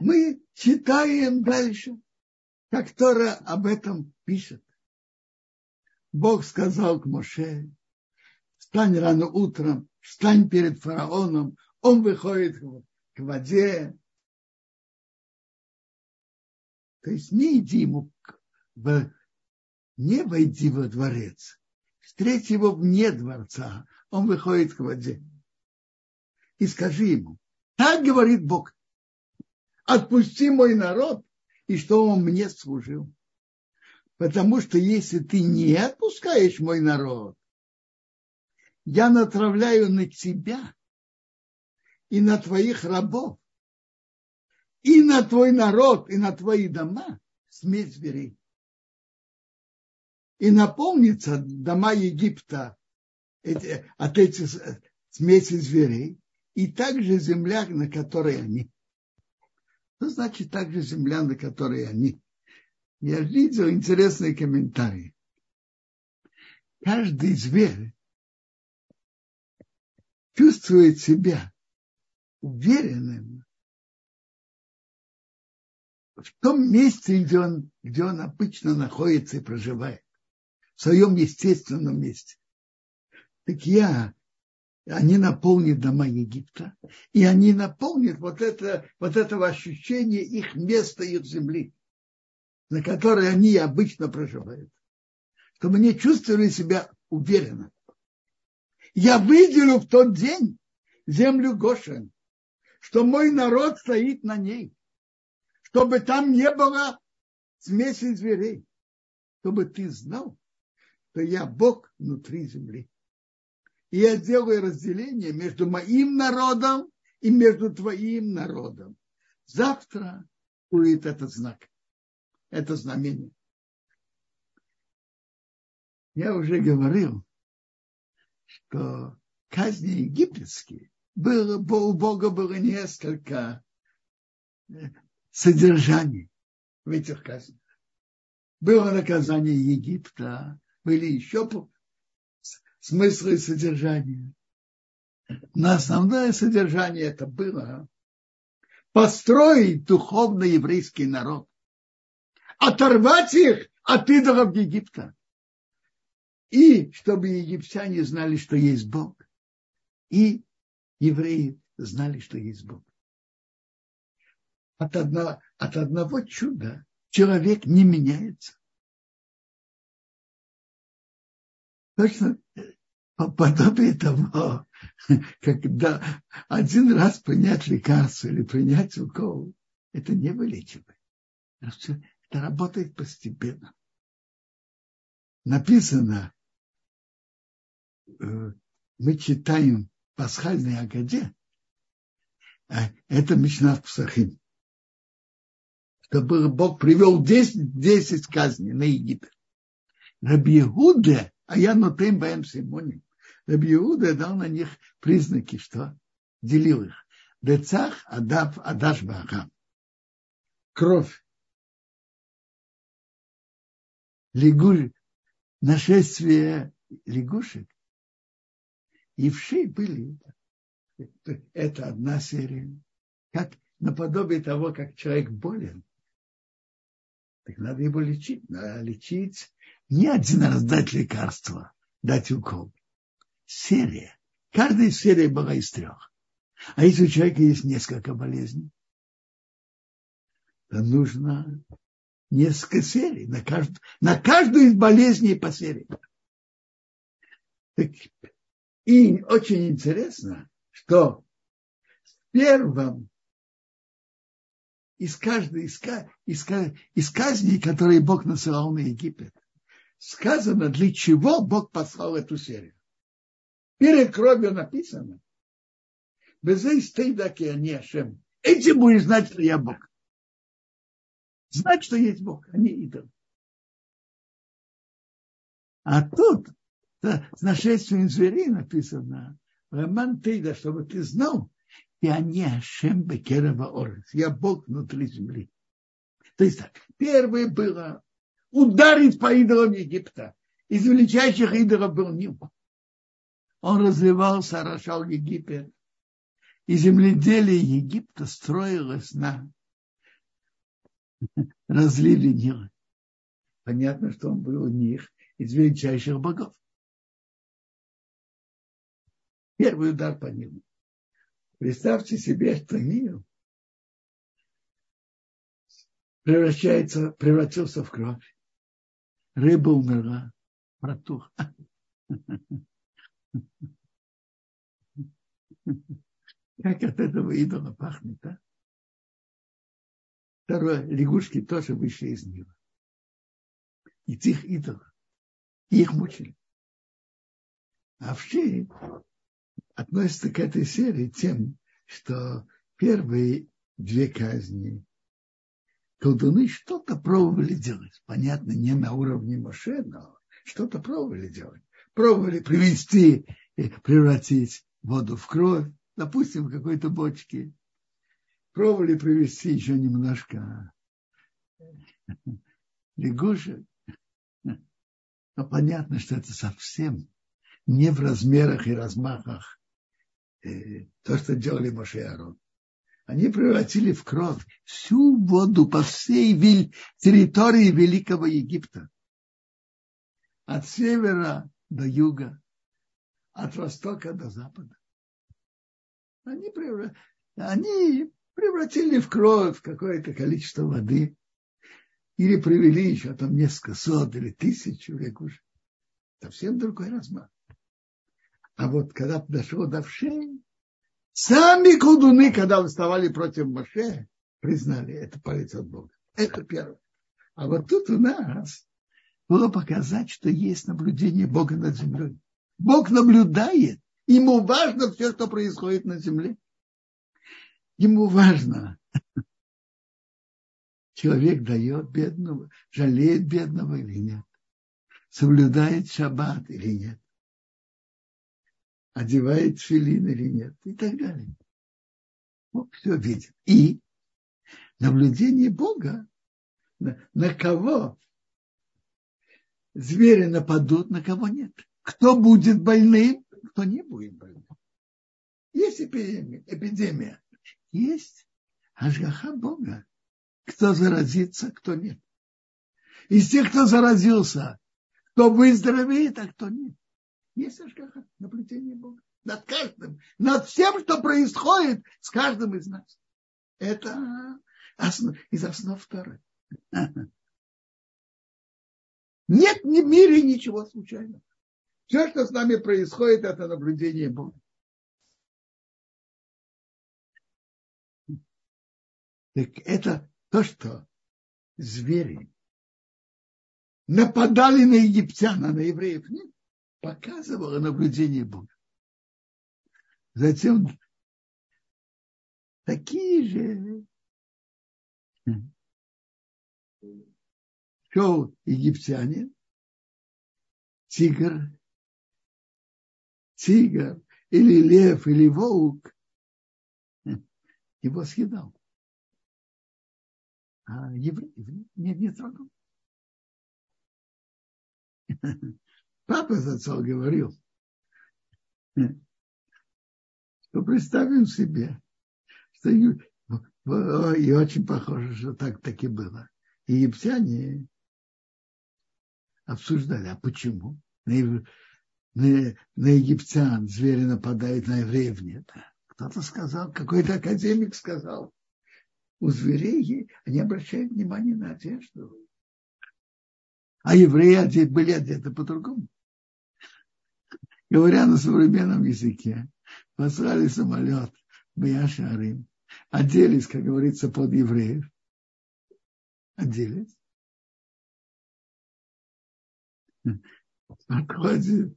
мы читаем дальше, как Тора об этом пишет. Бог сказал к Моше: встань рано утром, встань перед фараоном, он выходит к воде. То есть не иди ему, не войди во дворец, встреть его вне дворца, он выходит к воде. И скажи ему: так говорит Бог, отпусти мой народ, и что он мне служил. Потому что если ты не отпускаешь мой народ, я натравляю на тебя и на твоих рабов, и на твой народ, и на твои дома смесь зверей. И наполнится дома Египта от этих смеси зверей, и также земля, на которой они. Что значит также земля, на которой они? Я видел интересные комментарии. Каждый зверь чувствует себя уверенным в том месте, где он обычно находится и проживает, в своем естественном месте. Так они наполнят дома Египта, и они наполнят вот этого ощущения их места, их земли, на которой они обычно проживают, чтобы они чувствовали себя уверенно. Я выделю в тот день землю Гошен, что мой народ стоит на ней, чтобы там не было смеси зверей, чтобы ты знал, что я Бог внутри земли. И я сделаю разделение между моим народом и между твоим народом. Завтра будет этот знак, это знамение. Я уже говорил, что казни египетские, у Бога было несколько содержаний в этих казнях. Было наказание Египта, были еще смыслы и содержания. Но основное содержание это было построить духовный еврейский народ, оторвать их от идолов Египта. И чтобы египтяне знали, что есть Бог, и евреи знали, что есть Бог. От одного чуда человек не меняется. Точно подобие того, когда один раз принять лекарство или принять укол, это не вылечивает. Это работает постепенно. Написано, мы читаем пасхальной Агаде, это Мишна в Псахим, чтобы Бог привел 10 казней на Египет. Раби Иуда, а я нотем баэм симоним, Раби Иуда дал на них признаки, что делил их. Децах, адаш баахам. Кровь. Нашествие лягушек. И вши были. Это одна серия. Как наподобие того, как человек болен. Так надо его лечить. Надо лечить не один раз дать лекарство, дать укол. Серия. Каждая серия была из 3. А если у человека есть несколько болезней, то нужно несколько серий. На каждую из болезней по серии. И очень интересно, что в первом из казней, которые Бог насылал на Египет, сказано, для чего Бог послал эту серию. Перед кровью написано: этим будешь знать, что я Бог. Знать, что есть Бог, а не идол. А тут с нашествием зверей написано: Роман Тейда, чтобы ты знал, я не Ашем бекерава орец, я Бог внутри земли. То есть так, первое было ударить по идолам Египта. Из величайших идолов был Нил. Он разливался, орошал Египет. И земледелие Египта строилось на разлили Нил. Понятно, что он был у них из величайших богов. Первый удар по Нилу. Представьте себе, что Нил превратился в кровь. Рыба умерла, протух. Как от этого идола пахнет, а? Второе, лягушки тоже вышли из Нила. И их идолов. И их мучили. А вообще относится к этой серии тем, что первые две казни колдуны что-то пробовали делать. Понятно, не на уровне Моше, но что-то пробовали делать. Пробовали превратить воду в кровь, допустим, в какой-то бочке. Пробовали привести еще немножко лягушек. Но понятно, что это совсем не в размерах и размахах то, что делали Моше и Аарон. Они превратили в кровь всю воду по всей территории Великого Египта. От севера до юга, от востока до запада. Они превратили в кровь какое-то количество воды или привели еще там несколько сот или тысяч лягушек. Совсем другой размах. А вот когда дошло до Вшей, сами колдуны, когда выставали против Моше, признали, это палец от Бога. Это первое. А вот тут у нас было показать, что есть наблюдение Бога над землей. Бог наблюдает. Ему важно все, что происходит на земле. Ему важно. Человек дает бедного, жалеет бедного или нет. Соблюдает шаббат или нет. Одевает тфилин или нет. И так далее. Он все видит. И наблюдение Бога, на кого звери нападут, на кого нет. Кто будет больным, кто не будет больным. Есть эпидемия. Есть ашгаха Бога. Кто заразится, кто нет. Из тех, кто заразился, кто выздоровеет, а кто нет. Есть ашгаха, наблюдение Бога. Над каждым, над всем, что происходит с каждым из нас. Это из основ Торы. Нет в мире ничего случайного. Все, что с нами происходит, это наблюдение Бога. Так это то, что звери нападали на египтян, а на евреев нет, показывало наблюдение Бога. Затем такие же шел египтяне, тигр или лев, или волк его съедал. А еврей не трогал. Папа Зацал говорил, что представим себе, что и очень похоже, что так и было. Египтяне обсуждали, а почему на египтян звери нападают, на евреев нет. Кто-то сказал, какой-то академик сказал, у зверей они обращают внимание на одежду. А евреи были одеты по-другому. Говоря на современном языке, послали самолет в Яшарим, оделись, как говорится, под евреев. Оделись. Подходит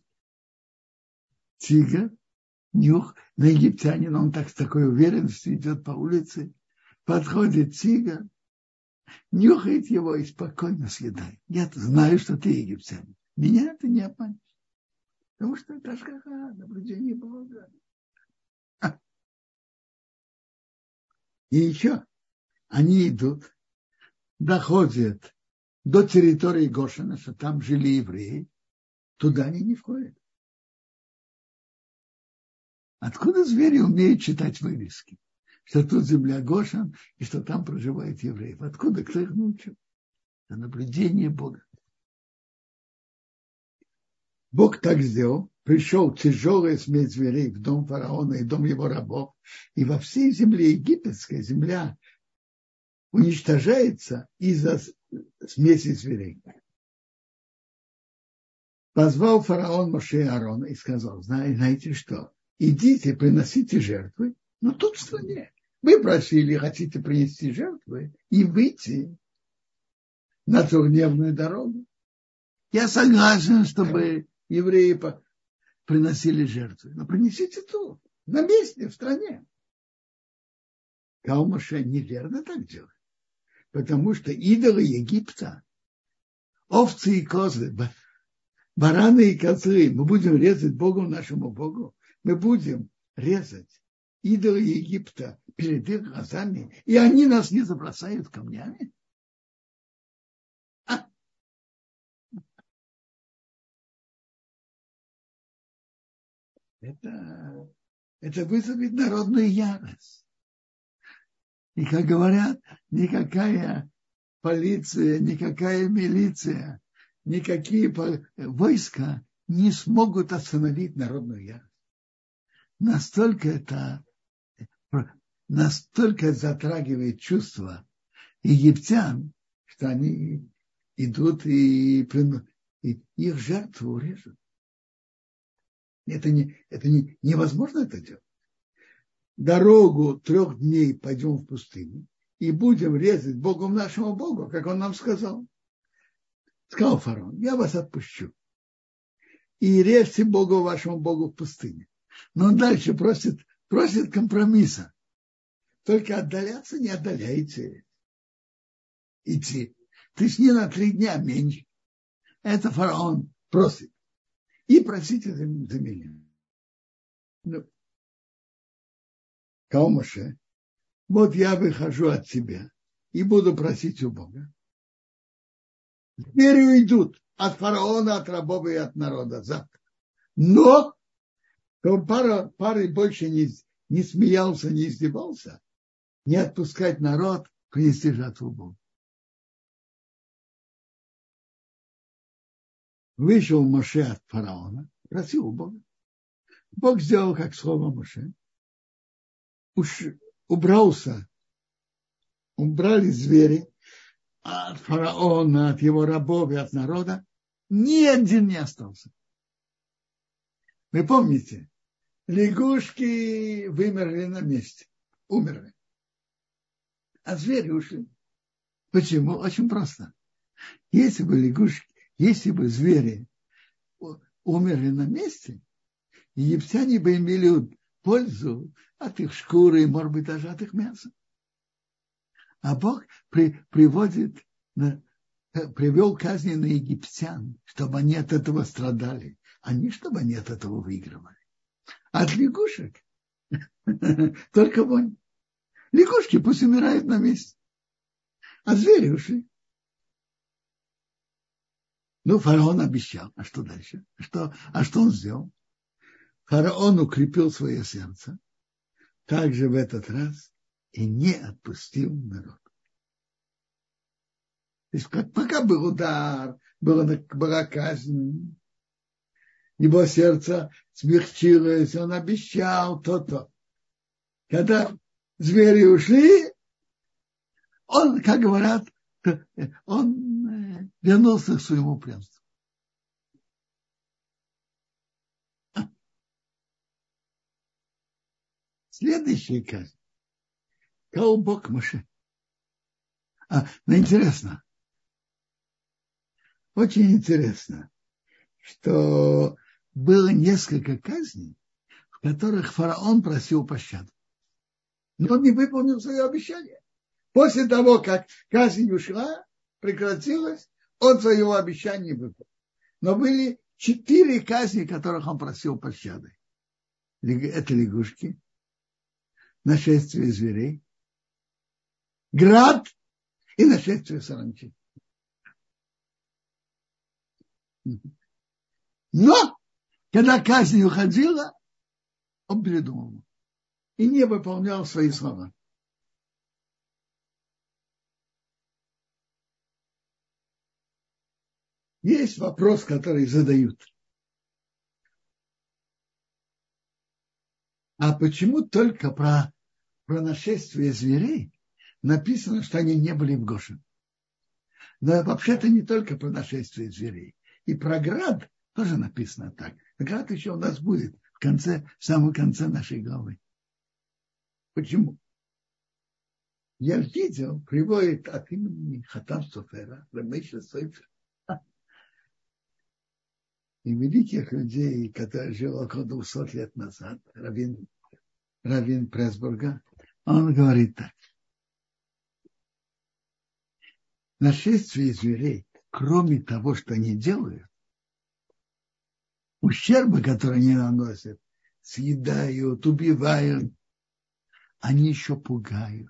тигр, нюх на египтянина, он так с такой уверенностью идет по улице. Подходит тигр, нюхает его и спокойно съедает. Я знаю, что ты египтянин. Меня ты не обманешь. Потому что это ашгаха, наблюдение Бога. И еще они идут, доходят до территории Гошена, что там жили евреи, туда они не входят. Откуда звери умеют читать вывески? что тут земля Гошан, и что там проживают евреи. Откуда? Кто их научил? Это наблюдение Бога. Бог так сделал. Пришел тяжелая смерть зверей в дом фараона и дом его рабов. И во всей земле египетской земля уничтожается из-за смеси зверей. Позвал фараон Моше и Аарона и сказал: знаете что, идите, приносите жертвы, но тут в стране. Вы просили, хотите принести жертвы и выйти на трехдневную дорогу. Я согласен, чтобы евреи приносили жертвы, но принесите тут, на месте, в стране. Сказал Моше: неверно так делать, потому что идолы Египта, овцы и козы, бараны и козлы, мы будем резать Богу, нашему Богу, мы будем резать идолы Египта перед их глазами, и они нас не забросают камнями. Это вызовет народную ярость. И, как говорят, никакая полиция, никакая милиция, никакие войска не смогут остановить народную ярость. Настолько затрагивает чувства египтян, что они идут и их жертву режут. Невозможно это делать. Дорогу 3 дней пойдем в пустыню и будем резать Богу нашему Богу, как он нам сказал. Сказал фараон: я вас отпущу. И режьте Богу вашему Богу в пустыне. Но он дальше просит компромисса. Только отдаляться не отдаляйте. Идти. Ты с ней на 3 дня меньше. Это фараон просит. И просите за меня. Сказал Моше: вот я выхожу от тебя и буду просить у Бога. Звери уйдут от фараона, от рабов и от народа завтра. Но пары больше не смеялся, не издевался, не отпускать народ принести жертву Богу. Вышел Моше от фараона, просил у Бога. Бог сделал, как слово Моше. Убрали звери от фараона, от его рабов и от народа. Ни один не остался. Вы помните, лягушки вымерли на месте, умерли. А звери ушли. Почему? Очень просто. Если бы звери умерли на месте, египтяне бы имели пользу от их шкуры, может быть, даже от их мяса. А Бог привел казни на египтян, чтобы они от этого страдали, а не чтобы они от этого выигрывали. От лягушек только вонь. Лягушки пусть умирают на месте, а звери ушли. Ну, фараон обещал. А что дальше? А что он сделал? Фараон укрепил свое сердце также в этот раз и не отпустил народ. То есть пока был удар, была казнь, его сердце смягчилось, он обещал то-то. Когда звери ушли, он, как говорят, он вернулся к своему упрямству. Следующая казнь. Сказал Бог Моше. Но интересно, очень интересно, что было несколько казней, в которых фараон просил пощады. Но он не выполнил свое обещание. После того, как казнь ушла, прекратилась, он своего обещания не выполнил. Но были 4 казни, в которых он просил пощады. Это лягушки, нашествие зверей, град и нашествие саранчи. Но, когда казнь уходила, он передумал. и не выполнял свои слова. Есть вопрос, который задают. А почему только про нашествие зверей написано, что они не были в Гошен? Но вообще-то не только про нашествие зверей. И про град тоже написано так. Град еще у нас будет в самом конце нашей главы. Почему? Я видел, приводит от имени Хатам Софера, Рамейша Софер, и великих людей, которые жил около 200 лет назад, раввин Пресбурга, он говорит так. Нашествие зверей, кроме того, что они делают, ущерба, который они наносят, съедают, убивают, они еще пугают.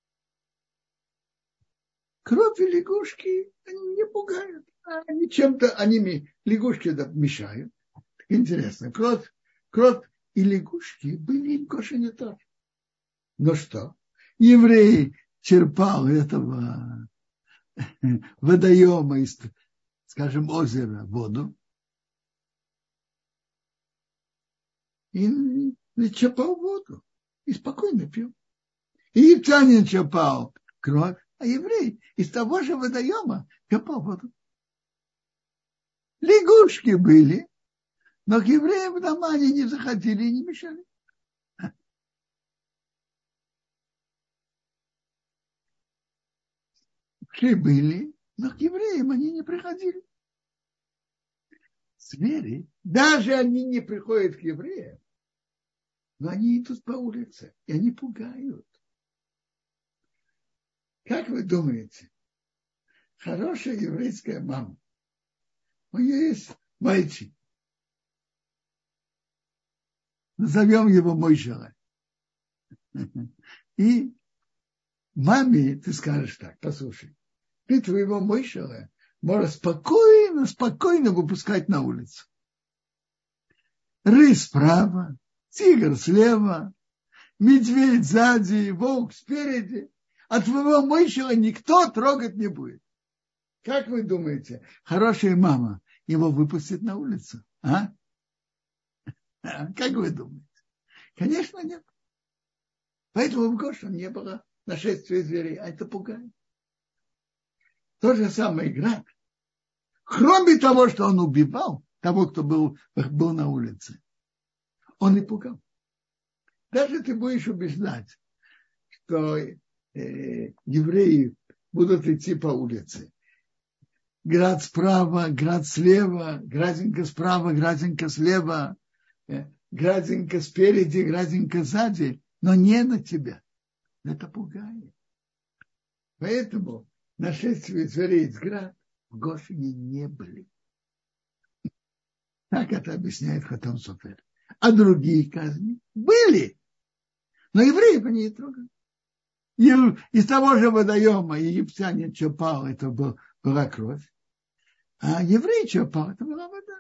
Кровь и лягушки, они не пугают. Они чем-то, лягушки мешают. Интересно, кровь и лягушки были в Гошене тоже. Но что? Еврей черпал этого водоема из, скажем, озера воду и черпал воду и спокойно пил. И египтянин черпал кровь, а еврей из того же водоема черпал воду. Лягушки были, но к евреям в дома они не заходили и не мешали. Все были, но к евреям они не приходили. Звери, даже они не приходят к евреям, но они идут по улице, и они пугают. Как вы думаете, хорошая еврейская мама, у нее есть мальчик, назовем его Мойшеле. И маме ты скажешь так, послушай, ты твоего Мойшеле можешь спокойно выпускать на улицу. Рысь справа, тигр слева, медведь сзади, волк спереди, а твоего Мойшеле никто трогать не будет. Как вы думаете, хорошая мама его выпустит на улицу? А? Как вы думаете? Конечно, нет. Поэтому в Гошен не было нашествия зверей, а это пугает. То же самое град. Кроме того, что он убивал того, кто был на улице, он и пугал. Даже ты будешь убеждать, что евреи будут идти по улице. Град справа, град слева, градинка справа, градинка слева, градинка спереди, градинка сзади, но не на тебя. Это пугает. Поэтому нашествие зверей из град в Гошене не были. Так это объясняет Хатам Софер. А другие казни были, но евреев они не трогали. Из того же водоема египтянин черпал, это была кровь, а еврей черпал, это была вода.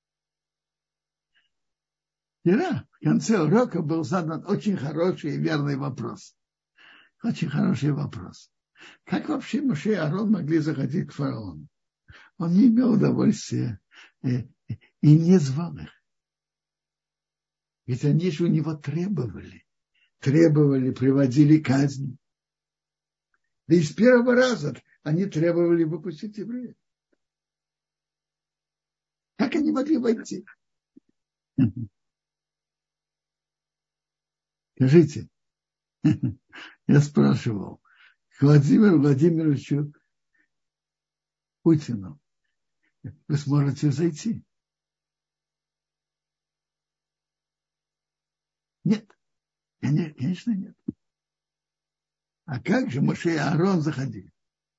Вчера в конце урока был задан очень хороший и верный вопрос. Очень хороший вопрос. Как вообще Моше и Аарон могли заходить к фараону? Он не имел удовольствия и не звал их. Ведь они же у него требовали, приводили казни. Да и с первого раза они требовали выпустить евреев. Как они могли войти? Скажите, я спрашивал Владимиру Владимировичу Путину, вы сможете зайти? Нет, конечно нет. А как же Моше и Аарон заходили?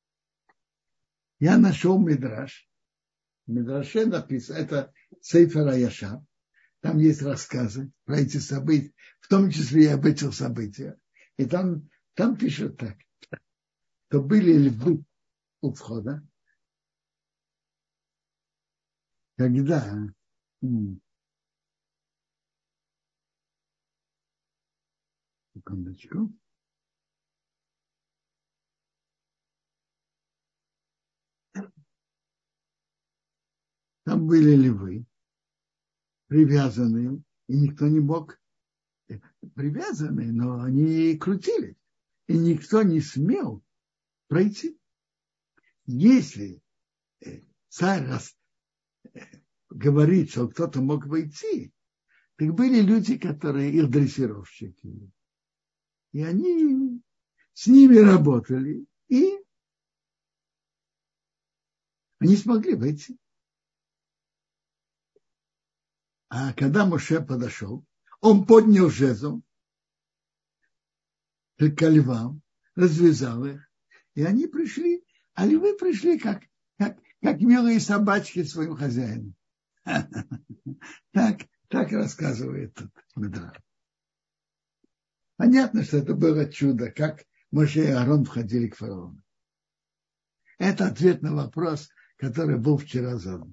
Я нашел мидраш. В мидраше написано, это Сейфер ха-Яшар. Там есть рассказы про эти события, в том числе и об этих событиях. И там пишут так, что были львы у входа, когда Секундочку. Там были львы, привязанные, и никто не мог, привязанные, но они крутились, и никто не смел пройти. Если царь говорит, что кто-то мог войти, так были люди, которые их дрессировщики, и они с ними работали, и они смогли войти. А когда Моше подошел, он поднял жезл к львам, развязал их, и они пришли, а львы пришли как милые собачки своим хозяинам. Так рассказывает тут Мидраш. Понятно, что это было чудо, как Моше и Аарон входили к фараону. Это ответ на вопрос, который был вчера задан.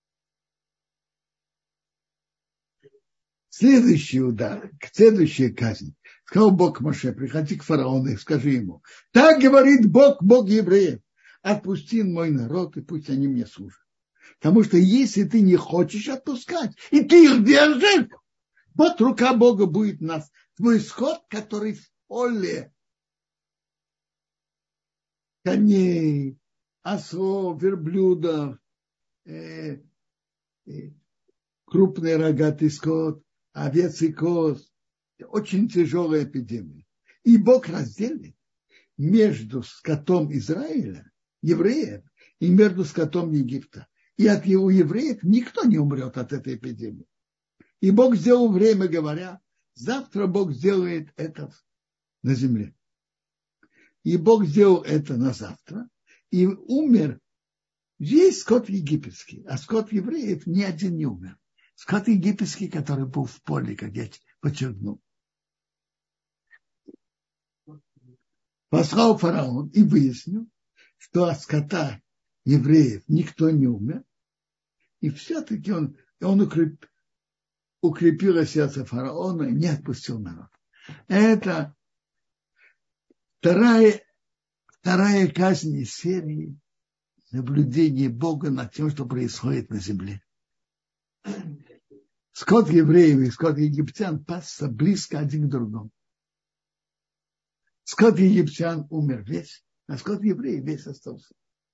Следующий удар, следующая казнь. Сказал Бог Моше: приходи к фараону и скажи ему: так говорит Бог, Бог евреев, отпусти мой народ, и пусть они мне служат. Потому что если ты не хочешь отпускать, и ты их держишь, вот рука Бога будет на нас. Твой скот, который в поле, коней, ослов, верблюдов, крупный рогатый скот, овец и коз. Очень тяжелая эпидемия. И Бог разделит между скотом Израиля, евреев, и между скотом Египта. И от у евреев никто не умрет от этой эпидемии. И Бог сделал время, говоря: завтра Бог сделает это на земле. И Бог сделал это на завтра. И умер весь скот египетский, а скот евреев ни один не умер. Скот египетский, который был в поле, как я подчеркнул. Послал фараон и выяснил, что от скота евреев никто не умер. И все-таки он укрепило сердце фараона и не отпустил народ. Это вторая казнь из серии наблюдения Бога над тем, что происходит на земле. Скот евреев и скот египтян пасся близко один к другому. Скот египтян умер весь, а скот евреев весь остался.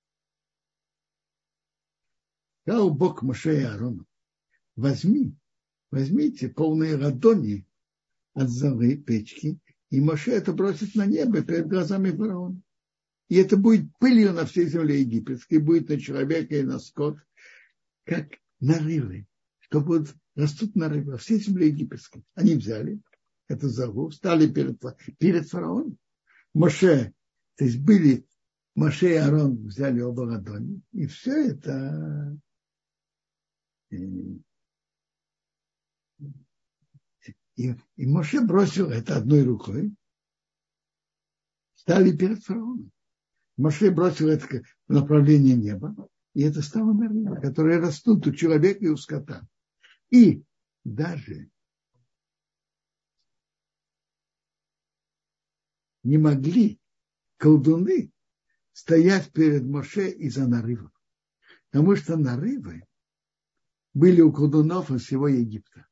Сказал Бог Моше и Аарону: возьмите полные ладони от золы печки, и Моше это бросит на небо перед глазами фараона. И это будет пылью на всей земле египетской, будет на человека и на скот, как нарывы, что растут нарывы во всей земле египетской. Они взяли эту золу, стали перед фараоном. Моше, то есть были Моше и Аарон, взяли оба ладони, и все это и Моше бросил это одной рукой, стали перед фараоном. Моше бросил это в направлении неба, и это стало нарывы, которые растут у человека и у скота. И даже не могли колдуны стоять перед Моше из-за нарывов, потому что нарывы были у колдунов из всего Египта.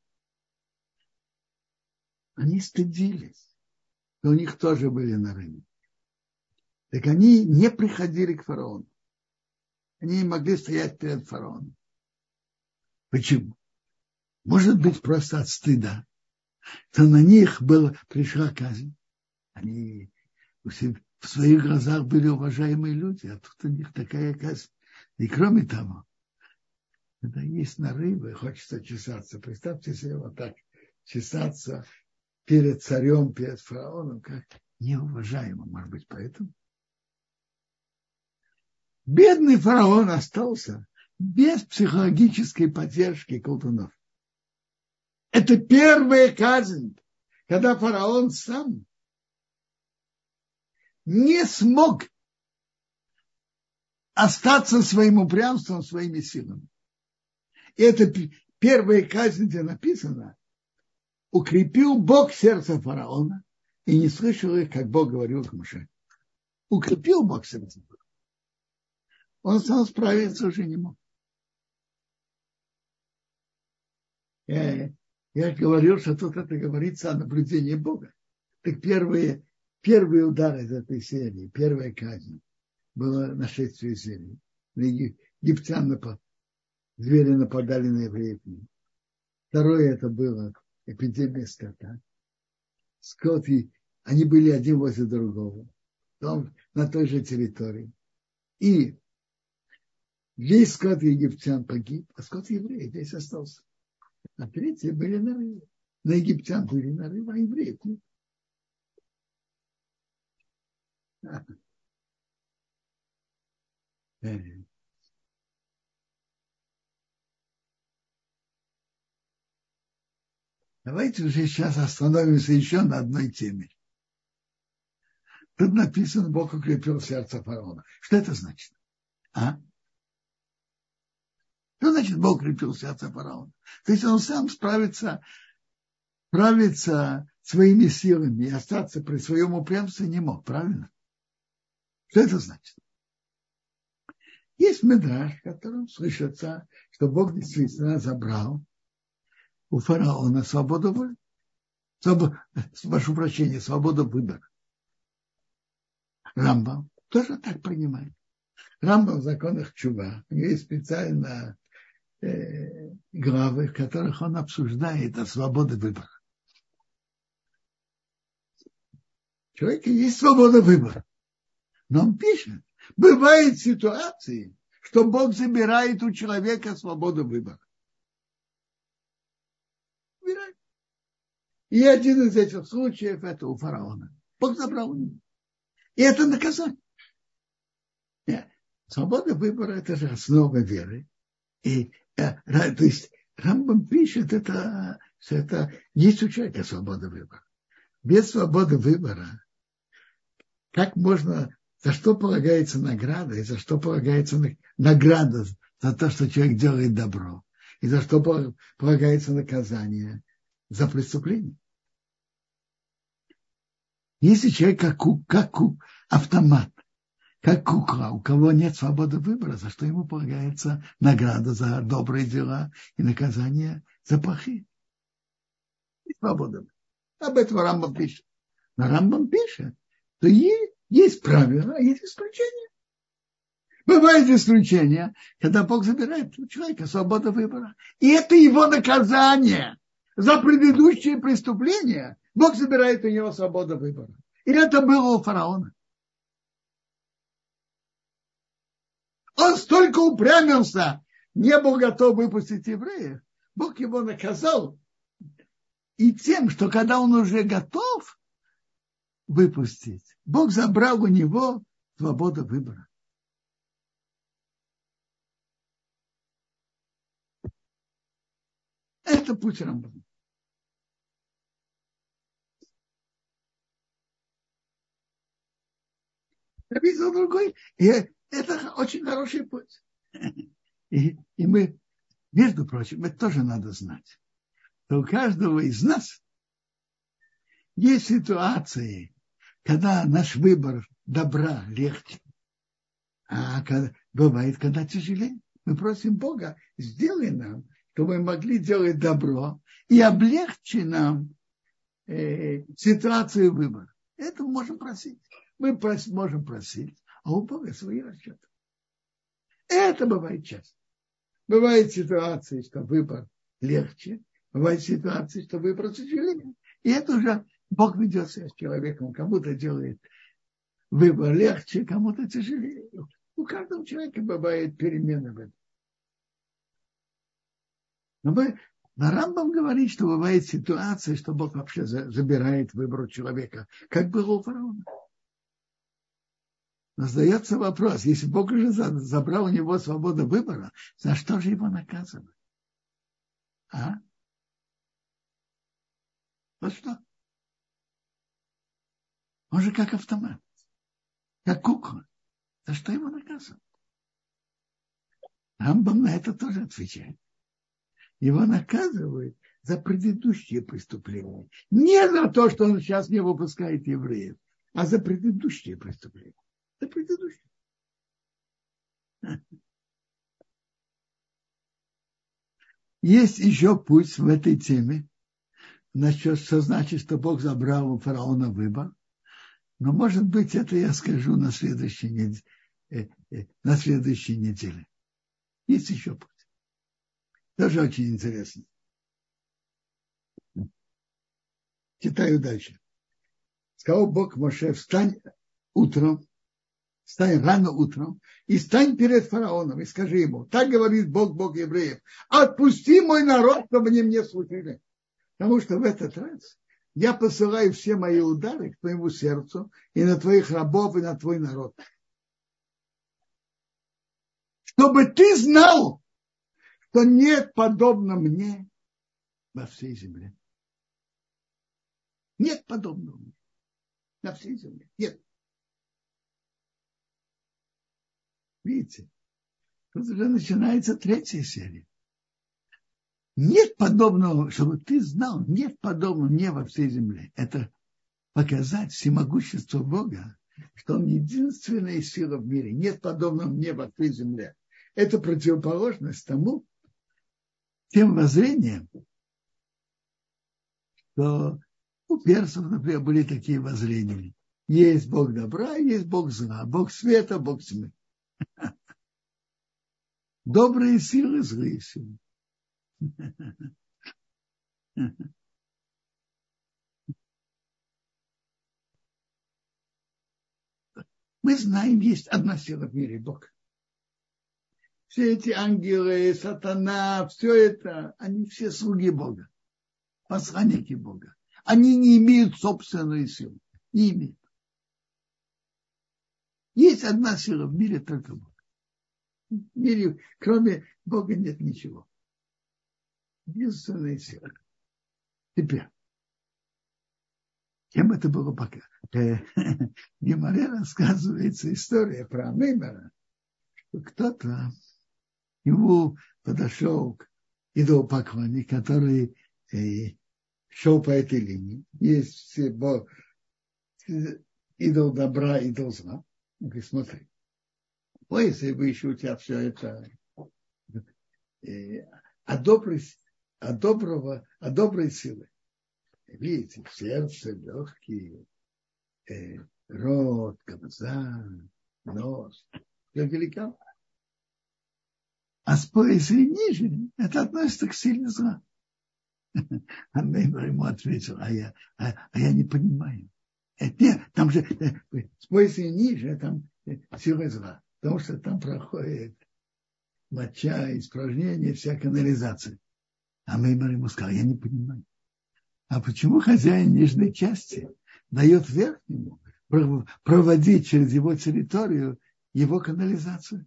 Они стыдились, но у них тоже были нарывы. Так они не приходили к фараону. Они не могли стоять перед фараоном. Почему? Может быть, просто от стыда, что на них пришла казнь. Они в своих глазах были уважаемые люди, а тут у них такая казнь. И кроме того, когда есть нарывы, хочется чесаться. Представьте себе вот так, чесаться перед царем, перед фараоном, как неуважаемо, может быть, поэтому. Бедный фараон остался без психологической поддержки колдунов. Это первая казнь, когда фараон сам не смог остаться своим упрямством, своими силами. И это первая казнь, где написано: укрепил Бог сердце фараона, и не слышал их, как Бог говорил к Моше. Укрепил Бог сердце. Он сам справиться уже не мог. Я говорил, что тут это говорится о наблюдении Бога. Так первые удары из этой серии, первая казнь, было нашествие серии. Египтян звери нападали на евреев. Второе это было эпидемия скота. Скот, они были один возле другого. Там, на той же территории. И весь скот египтян погиб, а скот евреев весь остался. А третьи были нарывы. На египтян были нарывы, а евреев нет. Давайте уже сейчас остановимся еще на одной теме. Тут написано, Бог укрепил сердце фараона. Что это значит? А? Что значит Бог укрепил сердце фараона? То есть он сам справится своими силами и остаться при своем упрямстве не мог, правильно? Что это значит? Есть мидраш, в котором слышится, что Бог действительно забрал у фараона свободу воли. Прошу прощения, свободу выбора. Рамбам тоже так понимает. Рамбам в законах Чува, у него есть специально главы, в которых он обсуждает о свободе выбора. У человека есть свобода выбора. Но он пишет, бывают ситуации, что Бог забирает у человека свободу выбора. Забирает. И один из этих случаев это у фараона. Бог забрал у него. И это наказание. Нет. Свобода выбора – это же основа веры. И то есть Рамбам пишет, что это есть у человека свобода выбора. Без свободы выбора, как можно, за что полагается награда, и за что полагается награда за то, что человек делает добро, и за что полагается наказание за преступление. Если человек как автомат, как кукла, у кого нет свободы выбора, за что ему полагается награда за добрые дела и наказание за плохие. И свобода. Об этом Рамбам пишет. Но Рамбам пишет, что есть правила, а есть исключения. Бывают исключения, когда Бог забирает у человека свободу выбора. И это его наказание за предыдущие преступления. Бог забирает у него свободу выбора. И это было у фараона. Он столько упрямился, не был готов выпустить евреев. Бог его наказал и тем, что когда он уже готов выпустить, Бог забрал у него свободу выбора. Это путь Рамбама. Написал другой, и это очень хороший путь. И мы, между прочим, это тоже надо знать, что у каждого из нас есть ситуации, когда наш выбор добра легче, а бывает, когда тяжелее. Мы просим Бога, сделай нам, чтобы мы могли делать добро и облегчи нам ситуацию выбора. Это мы можем просить. Мы можем просить, а у Бога свои расчеты. Это бывает часто. Бывают ситуации, что выбор легче, бывают ситуации, что выбор тяжелее. И это уже Бог ведет себя с человеком. Кому-то делает выбор легче, кому-то тяжелее. У каждого человека бывает перемены в этом. Но Рамбам говорит, что бывает ситуация, что Бог вообще забирает выбор человека, как было у фараона. Но задается вопрос, если Бог уже забрал у него свободу выбора, за что же его наказывать? А? Вот что? Он же как автомат, как кукла. За что его наказывать? Рамбам на это тоже отвечает. Его наказывают за предыдущие преступления. Не за то, что он сейчас не выпускает евреев, а за предыдущие преступления. За предыдущие. Есть еще путь в этой теме, насчет, что значит, что Бог забрал у фараона выбор. Но, может быть, это я скажу на следующей неделе. Есть еще путь. Тоже очень интересно. Читаю дальше. Сказал Бог Моше: встань рано утром и стань перед фараоном и скажи ему: так говорит Бог, Бог евреев, отпусти мой народ, чтобы они мне служили. Потому что в этот раз я посылаю все мои удары к твоему сердцу и на твоих рабов, и на твой народ. Чтобы ты знал, что нет подобного мне во всей земле. Нет подобного мне на всей земле. Нет. Видите, тут уже начинается третья серия. Нет подобного, чтобы ты знал, нет подобного мне во всей земле. Это показать всемогущество Бога, что Он единственная сила в мире. Нет подобного мне во всей земле. Это противоположность тому, тем воззрениям, что у персов, например, были такие воззрения. Есть Бог добра, есть Бог зла, Бог света, Бог тьмы. Добрые силы, злые силы. Мы знаем, есть одна сила в мире, Бог. Все эти ангелы, сатана, все это, они все слуги Бога, посланники Бога. Они не имеют собственной силы. Не имеют. Есть одна сила в мире, только Бог. В мире, кроме Бога, нет ничего. Единственная сила. Теперь. Кем это было пока? В Гемаре рассказывается история про Меймера, что кто-то ему подошел идолопоклонник, который шел по этой линии. Есть идол добра, идол зла. Он говорит: смотри, если бы еще у тебя все это от доброй силы. Видите, сердце, легкие, рот, глаза, нос. Все великолепно. А с пояса и ниже это относится к силе зла. А Меймер ему ответил: а я не понимаю. Нет, там же с пояса и ниже там сила зла. Потому что там проходит моча, испражнение, вся канализация. А Меймер ему сказал: я не понимаю. А почему хозяин нижней части дает верхнему проводить через его территорию его канализацию?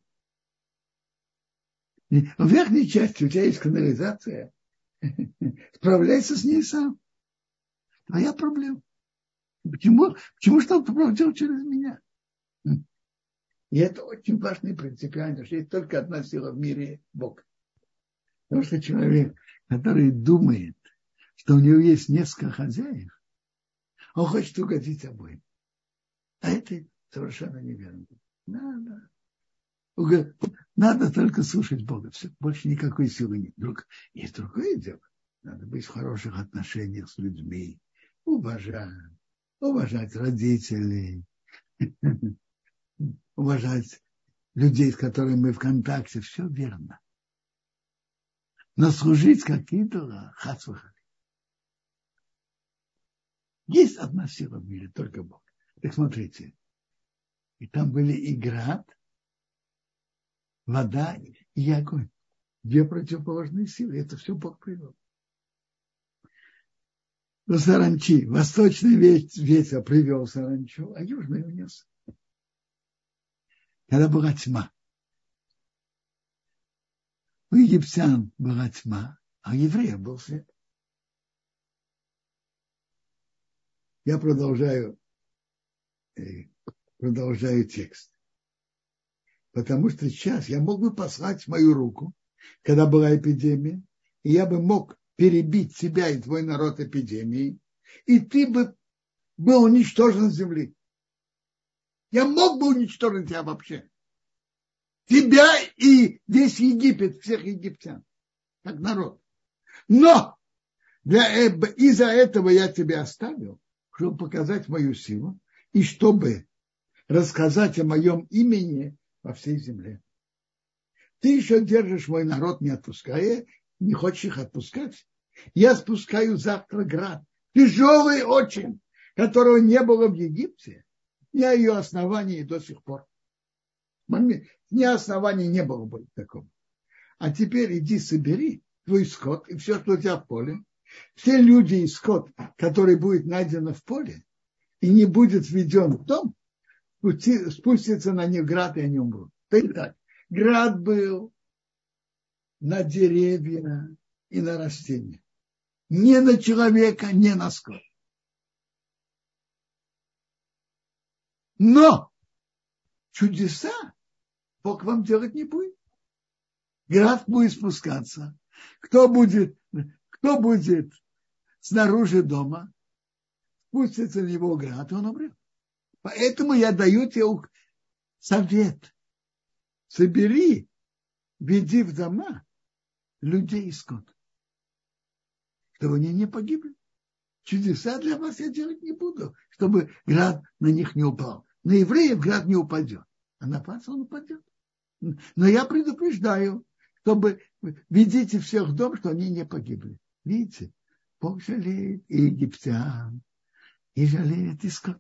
В верхней части у тебя есть канализация. Справляйся с ней сам. Твоя проблема. Почему что ты проводил через меня? И это очень важно и принципиально, что есть только одна сила в мире – Бог. Потому что человек, который думает, что у него есть несколько хозяев, он хочет угодить обоим. А это совершенно неверно. Надо только слушать Бога. Все, больше никакой силы нет. Есть другое дело. Надо быть в хороших отношениях с людьми. Уважать родителей. Уважать людей, с которыми мы в контакте. Все верно. Но служить как идола, хас-вахали. Есть одна сила в мире, только Бог. Так смотрите. И там были и град, вода и огонь. Две противоположные силы. Это все Бог привел. До саранчи. Восточный ветер привел саранчу, а южный унес. Когда была тьма. У египтян была тьма, а у евреев был свет. Я продолжаю текст. Потому что сейчас я мог бы послать мою руку, когда была эпидемия, и я бы мог перебить тебя и твой народ эпидемией, и ты бы был уничтожен с земли. Я мог бы уничтожить тебя вообще. Тебя и весь Египет, всех египтян, как народ. Но из-за этого я тебя оставил, чтобы показать мою силу и чтобы рассказать о моем имени во всей земле. Ты еще держишь мой народ, не отпуская, не хочешь их отпускать. Я спускаю завтра град, тяжелый очень, которого не было в Египте, ни о ее основании до сих пор. Ни основания не было бы такого. А теперь иди собери твой скот и все, что у тебя в поле. Все люди и скот, который будет найден в поле и не будет введен в дом, спустится на них град, и они умрут. Так, град был на деревья и на растения. Не на человека, не на скот. Но чудеса Бог вам делать не будет. Град будет спускаться. Кто будет снаружи дома, спустится на него град, и он умрет. Поэтому я даю тебе совет. Собери, веди в дома людей и скот, чтобы они не погибли. Чудеса для вас я делать не буду, чтобы град на них не упал. На евреев град не упадет, а на вас он упадет. Но я предупреждаю, чтобы ведите всех в дом, что они не погибли. Видите, Бог жалеет и египтян, и жалеет и скот.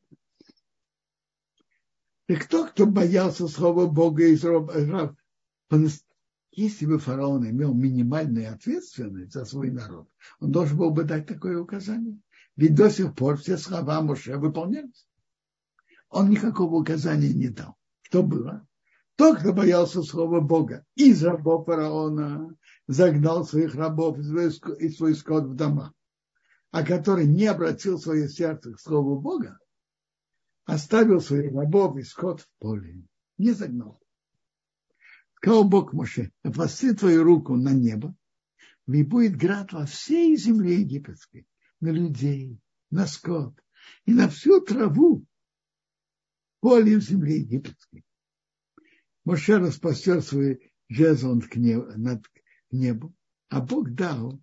И кто боялся слова Бога из раб, если бы фараон имел минимальную ответственность за свой народ, он должен был бы дать такое указание. Ведь до сих пор все слова Моше выполнялись. Он никакого указания не дал. Что было? Тот, кто боялся слова Бога из рабов фараона, загнал своих рабов и свой скот в дома, а который не обратил свое сердце к слову Бога, оставил своих рабов и скот в поле. Не загнал. Сказал Бог Моше: опусти твою руку на небо, и будет град во всей земле египетской, на людей, на скот и на всю траву поле в земле египетской. Моше распростер свой жезл над небом, а Бог дал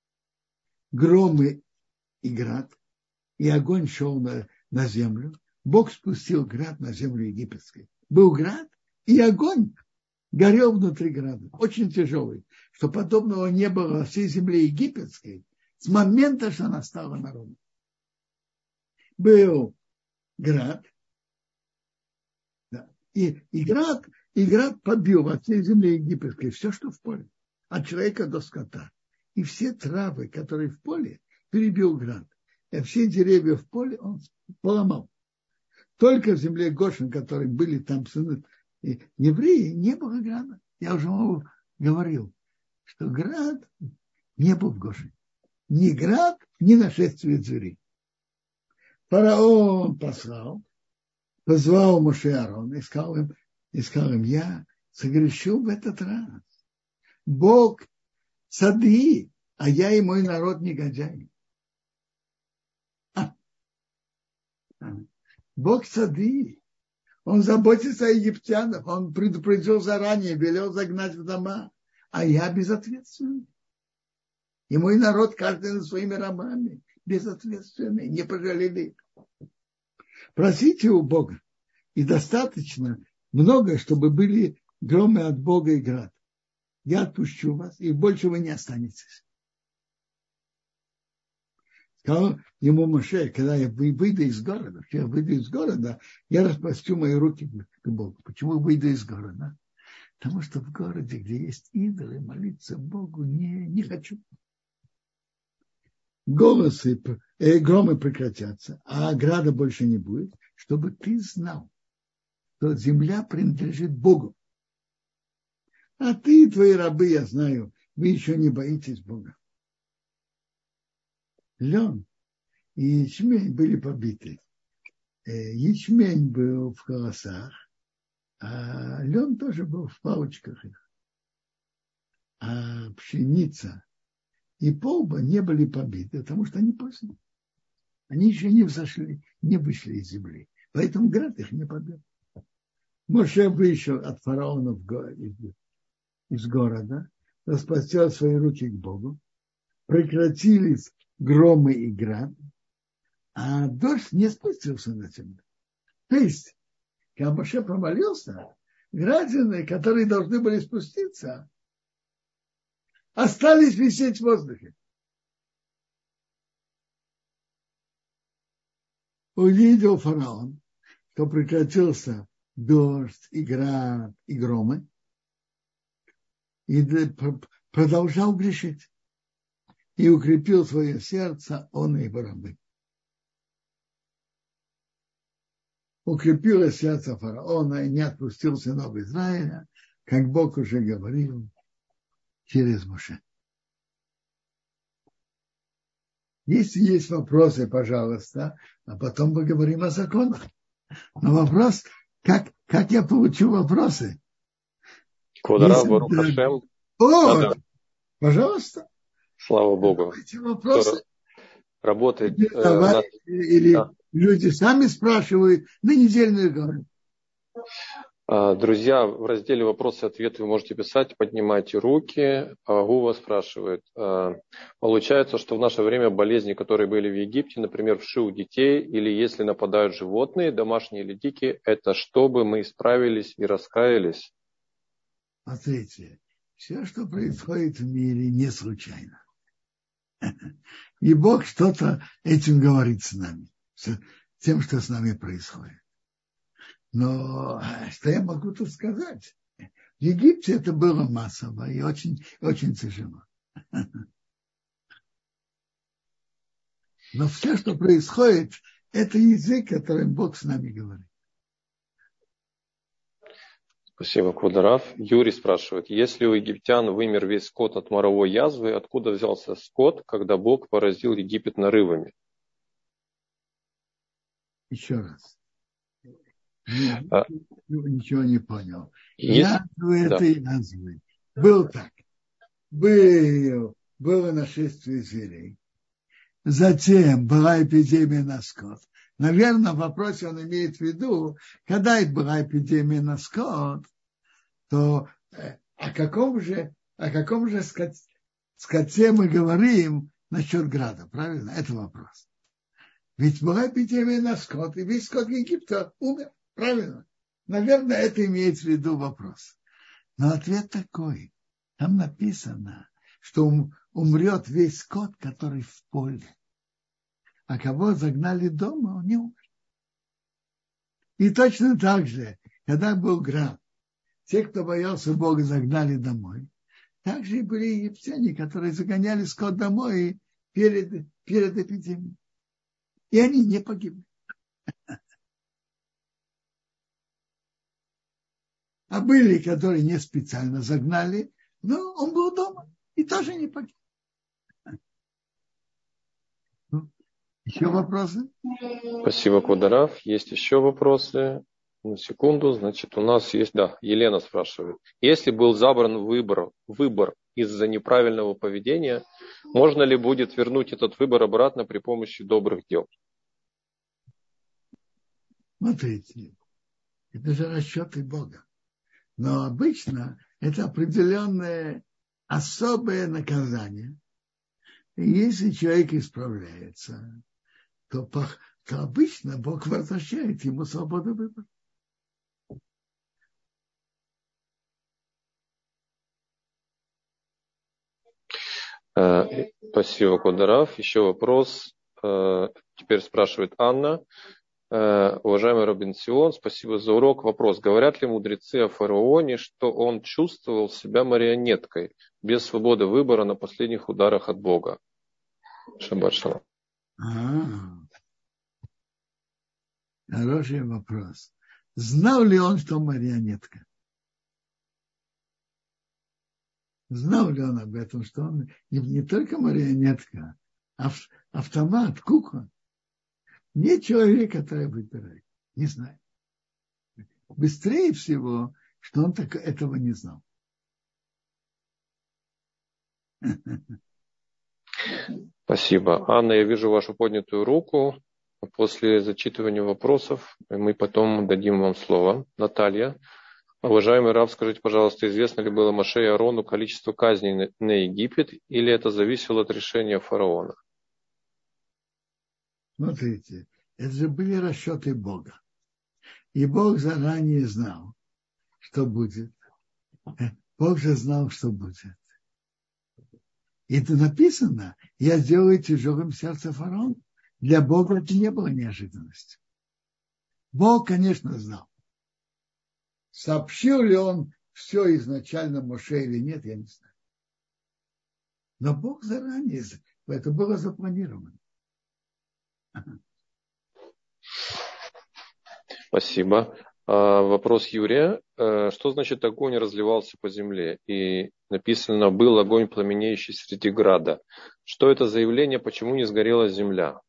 громы и град, и огонь шел на землю. Бог спустил град на землю египетскую. Был град и огонь горел внутри града, очень тяжелый, что подобного не было во всей земле египетской с момента, что она стала народом. Был град, да, и град побил во всей земле египетской все, что в поле, от человека до скота. И все травы, которые в поле, перебил град. И все деревья в поле он поломал. Только в земле Гошен, которые были там сыны евреи, не было града. Я уже говорил, что град не был в Гошене. Ни град, ни нашествие зверей. Фараон позвал Моше и Аарона и сказал им: я согрешил в этот раз. Бог сады, а я и мой народ негодяи. Бог сады. Он заботится о египтянах. Он предупредил заранее, велел загнать в дома. А я безответственный. И мой народ, каждый над своими рабами, безответственный, не пожалели. Просите у Бога. И достаточно много, чтобы были громы от Бога и град. Я отпущу вас, и больше вы не останетесь. Сказал ему Моше: когда я выйду из города, я распустю мои руки к Богу. Почему выйду из города? Потому что в городе, где есть идолы, молиться Богу не хочу. Громы прекратятся, а града больше не будет, чтобы ты знал, что земля принадлежит Богу. А ты и твои рабы, я знаю, вы еще не боитесь Бога. Лен и ячмень были побиты. Ячмень был в колосах, а лен тоже был в палочках их. А пшеница и полба не были побиты, потому что они поздние. Они еще не взошли, не вышли из земли. Поэтому град их не побил. Моше вышел от фараона из города, распростер свои руки к Богу, прекратились громы и град, а дождь не спустился на землю. То есть, когда Моше помолился, градины, которые должны были спуститься, остались висеть в воздухе. Увидел фараон, что прекратился дождь, и град, и громы, и продолжал грешить. И укрепил свое сердце он и его рабы. Укрепилось сердце фараона и не отпустил сынов Израиля, как Бог уже говорил через Моше. Если есть вопросы, пожалуйста, а потом поговорим о законах. Но вопрос, как я получу вопросы? Квадрат Барух Хашем. О, пожалуйста. Слава Богу. Эти вопросы работает. Или да. Люди сами спрашивают на недельную главу. Друзья, в разделе «Вопросы и ответы» вы можете писать, поднимайте руки. Гува спрашивает. Получается, что в наше время болезни, которые были в Египте, например, вши у детей, или если нападают животные, домашние или дикие, это чтобы мы исправились и раскаялись? Смотрите, все, что происходит в мире, не случайно. И Бог что-то этим говорит с нами, с тем, что с нами происходит. Но что я могу тут сказать? В Египте это было массово и очень, очень тяжело. Но все, что происходит, это язык, которым Бог с нами говорит. Спасибо, Квадрат. Юрий спрашивает, если у египтян вымер весь скот от моровой язвы, откуда взялся скот, когда Бог поразил Египет нарывами? Еще раз. Ничего не понял. Язвы это язвы. Был так. Было нашествие зверей. Затем была эпидемия на скот. Наверное, в вопросе он имеет в виду, когда была эпидемия на скот, то о каком же скоте мы говорим насчет града, правильно? Это вопрос. Ведь была эпидемия на скот, и весь скот Египта умер, правильно? Наверное, это имеет в виду вопрос. Но ответ такой. Там написано, что умрет весь скот, который в поле. А кого загнали дома, он не умер. И точно так же, когда был град, те, кто боялся Бога, загнали домой. Также и были египтяне, которые загоняли скот домой перед эпидемией. И они не погибли. А были, которые не специально загнали, но он был дома и тоже не погиб. Еще вопросы? Спасибо, Квадрат. Есть еще вопросы? На секунду. Значит, у нас есть... Да, Елена спрашивает. Если был забран выбор из-за неправильного поведения, можно ли будет вернуть этот выбор обратно при помощи добрых дел? Смотрите, это же расчеты Бога. Но обычно это определенное особое наказание. И если человек исправляется, то обычно Бог возвращает ему свободу выбора. Спасибо, Квадрат. Еще вопрос. Теперь спрашивает Анна. Уважаемый Рабин Сион, спасибо за урок. Вопрос. Говорят ли мудрецы о фараоне, что он чувствовал себя марионеткой, без свободы выбора на последних ударах от Бога? Шаббат шалом. Хороший вопрос. Знал ли он, что марионетка? Знал ли он об этом, что он не только марионетка, а автомат, кукла? Не человек, который выбирает. Не знаю. Быстрее всего, что он этого не знал. Спасибо. Анна, я вижу вашу поднятую руку. После зачитывания вопросов мы потом дадим вам слово. Наталья. Уважаемый Рав, скажите, пожалуйста, известно ли было Моше и Аарону количество казней на Египет, или это зависело от решения фараона? Смотрите, это же были расчеты Бога. И Бог заранее знал, что будет. Бог же знал, что будет. И это написано, я сделаю тяжелым сердце фараона. Для Бога это не было неожиданностью. Бог, конечно, знал. Сообщил ли он все изначально Моше или нет, я не знаю. Но Бог заранее, это было запланировано. Спасибо. Вопрос Юрия. Что значит огонь разливался по земле? И написано, был огонь пламенеющий среди града. Что это за явление? Почему не сгорела земля?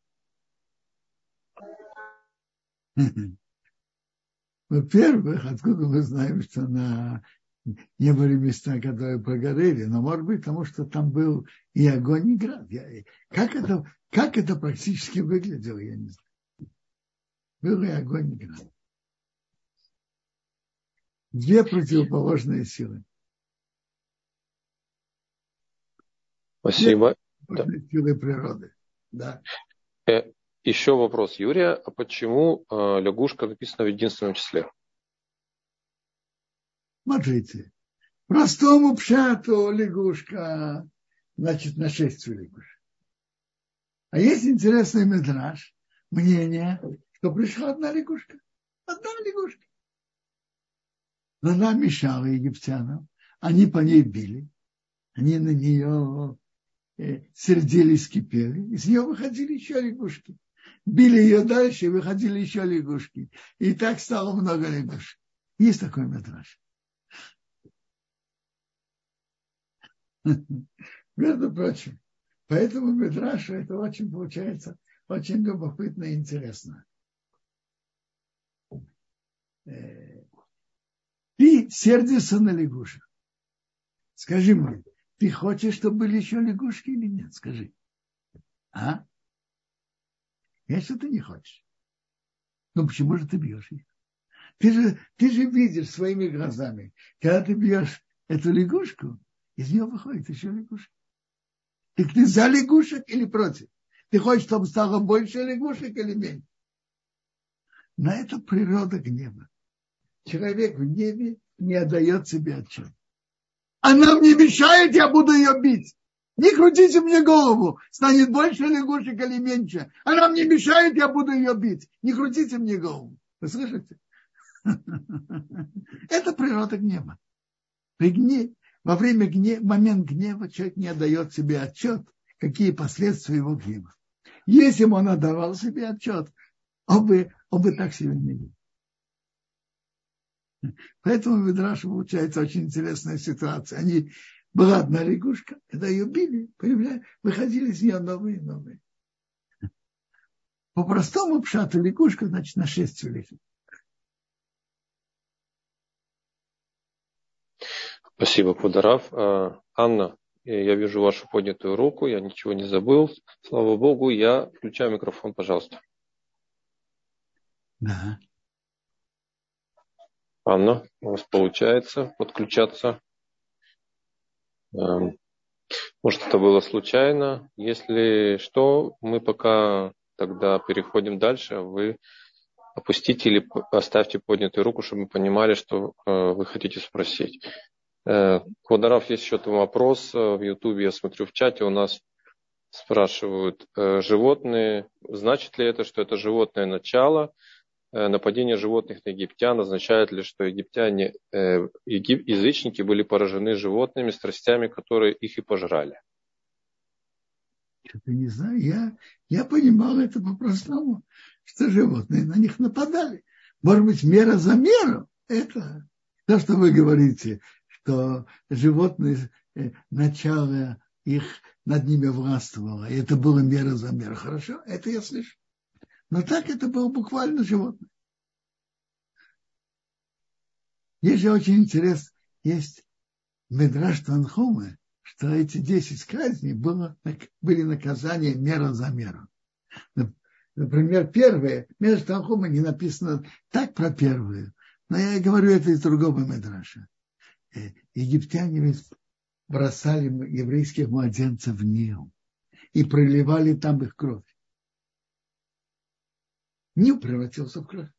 Во-первых, откуда мы знаем, что не были места, которые погорели, но может быть, потому что там был и огонь, и град. Как это практически выглядело, я не знаю. Был и огонь, и град. Две противоположные силы. Спасибо. Силы природы. Да. Еще вопрос Юрия. А почему лягушка написана в единственном числе? Смотрите. Простому пшату лягушка, значит, нашествие лягушек. А есть интересный мидраш, мнение, что пришла одна лягушка. Одна лягушка. Но она мешала египтянам. Они по ней били. Они на нее сердились, кипели. Из нее выходили еще лягушки. Били ее дальше, выходили еще лягушки. И так стало много лягушек. Есть такой мидраш. Между прочим, поэтому мидрашу это очень получается очень любопытно и интересно. Ты сердишься на лягушек. Скажи мне, ты хочешь, чтобы были еще лягушки или нет? Скажи. А? Если ты не хочешь. Ну почему же ты бьешь их? Ты же видишь своими глазами, когда ты бьешь эту лягушку, из нее выходит еще лягушка. Так ты за лягушек или против? Ты хочешь, чтобы стало больше лягушек или меньше? На это природа гнева. Человек в гневе не отдает себе отчет. Она мне мешает, я буду ее бить. Не крутите мне голову, станет больше лягушек или меньше. Она мне мешает, я буду ее бить. Не крутите мне голову. Вы слышите? Это природа гнева. Во время гнева, момент гнева человек не отдает себе отчет, какие последствия его гнева. Если бы он отдавал себе отчет, он бы так себя не вел. Поэтому в Мидраше получается очень интересная ситуация. Была одна лягушка, когда ее били, выходили из нее новые и новые. По-простому пшату лягушка, значит, нашествие лягушек. Спасибо, Кударав. Анна, я вижу вашу поднятую руку, я ничего не забыл. Слава Богу, я включаю микрофон, пожалуйста. Да. Анна, у вас получается подключаться? Может, это было случайно. Если что, мы пока тогда переходим дальше. Вы опустите или оставьте поднятую руку, чтобы мы понимали, что вы хотите спросить. Квадаров, есть еще там вопрос. В Ютубе, я смотрю в чате, у нас спрашивают, животные, значит ли это, что это животное начало? Нападение животных на египтян означает ли, что язычники были поражены животными, страстями, которые их и пожрали? Что-то не знаю. Я понимал это по-простому, что животные на них нападали. Может быть, мера за меру. Это то, что вы говорите, что животные, начало их над ними властвовало. И это было мера за меру. Хорошо, это я слышу. Но так это было буквально животное. Есть же очень интересно, есть Мидраш Танхума, что эти 10 казней были наказания мера за меру. Например, первые, между Танхума не написано так про первую, но я говорю это из другого Медраша. Египтяне ведь бросали еврейских младенцев в Нил и проливали там их кровь. Нил превратился в кровь.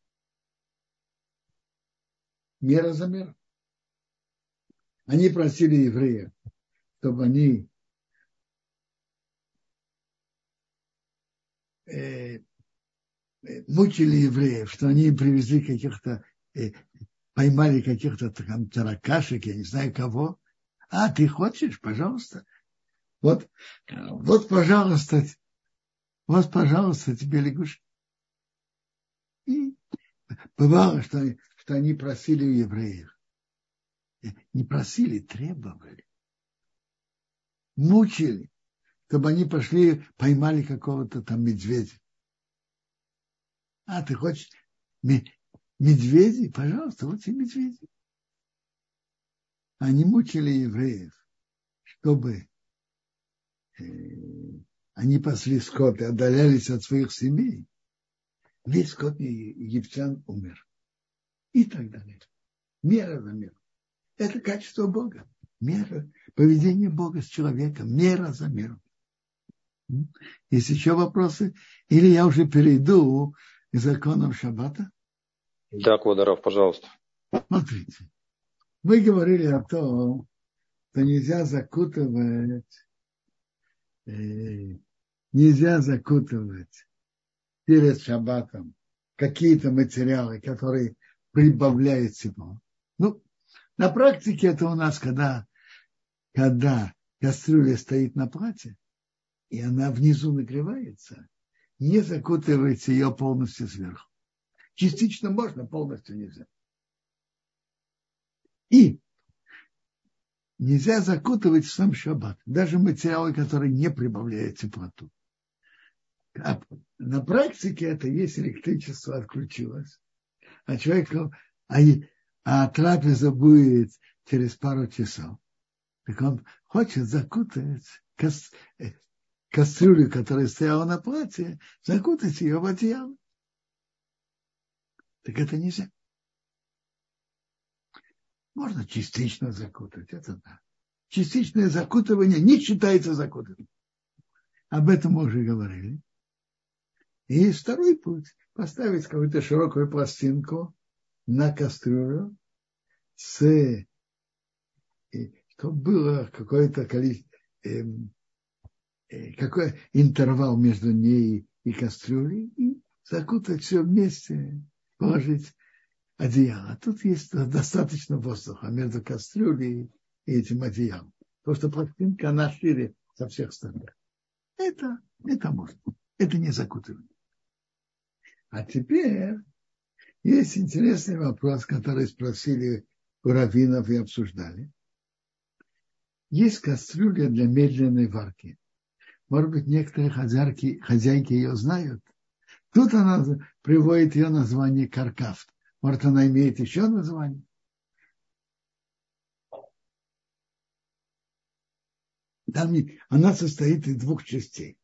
Мера за меру. Они просили евреев, чтобы они мучили евреев, что они им привезли каких-то, поймали каких-то там таракашек, я не знаю кого. А, ты хочешь? Пожалуйста. Вот, пожалуйста, тебе лягушки. И бывало, что они просили у евреев. Не просили, требовали. Мучили, чтобы они пошли, поймали какого-то там медведя. А, ты хочешь медведей? Пожалуйста, вот тебе медведи. Они мучили евреев, чтобы они пасли скот и отдалялись от своих семей. Весь скот египтян умер. И так далее. Мера за меру. Это качество Бога. Мера, поведение Бога с человеком. Мера за меру. Есть еще вопросы? Или я уже перейду к законам Шаббата? Да, Квадаров, пожалуйста. Смотрите. Мы говорили о том, что нельзя закутывать перед Шаббатом какие-то материалы, которые прибавляют тепло. Ну, на практике это у нас, когда кастрюля стоит на плате, и она внизу нагревается, не закутывается ее полностью сверху. Частично можно, полностью нельзя. И нельзя закутывать в сам шаббат, даже материалы, которые не прибавляют теплоту. А на практике это есть электричество отключилось, а человеку, трапеза будет через пару часов. Так он хочет закутать кастрюлю, которая стояла на платье, закутать ее в одеяло. Так это нельзя. Можно частично закутать, это да. Частичное закутывание не считается закутыванием. Об этом мы уже говорили. И есть второй путь. Поставить какую-то широкую пластинку на кастрюлю, чтобы было какое-то количество, какой интервал между ней и кастрюлей, и закутать все вместе, положить одеяло. Тут есть достаточно воздуха между кастрюлей и этим одеялом. Потому что пластинка, она шире со всех сторон. Это можно. Это не закутывание. А теперь есть интересный вопрос, который спросили у раввинов и обсуждали. Есть кастрюля для медленной варки. Может быть, некоторые хозяйки ее знают. Тут она приводит ее название каркафт. Может, она имеет еще название? Там она состоит из двух частей.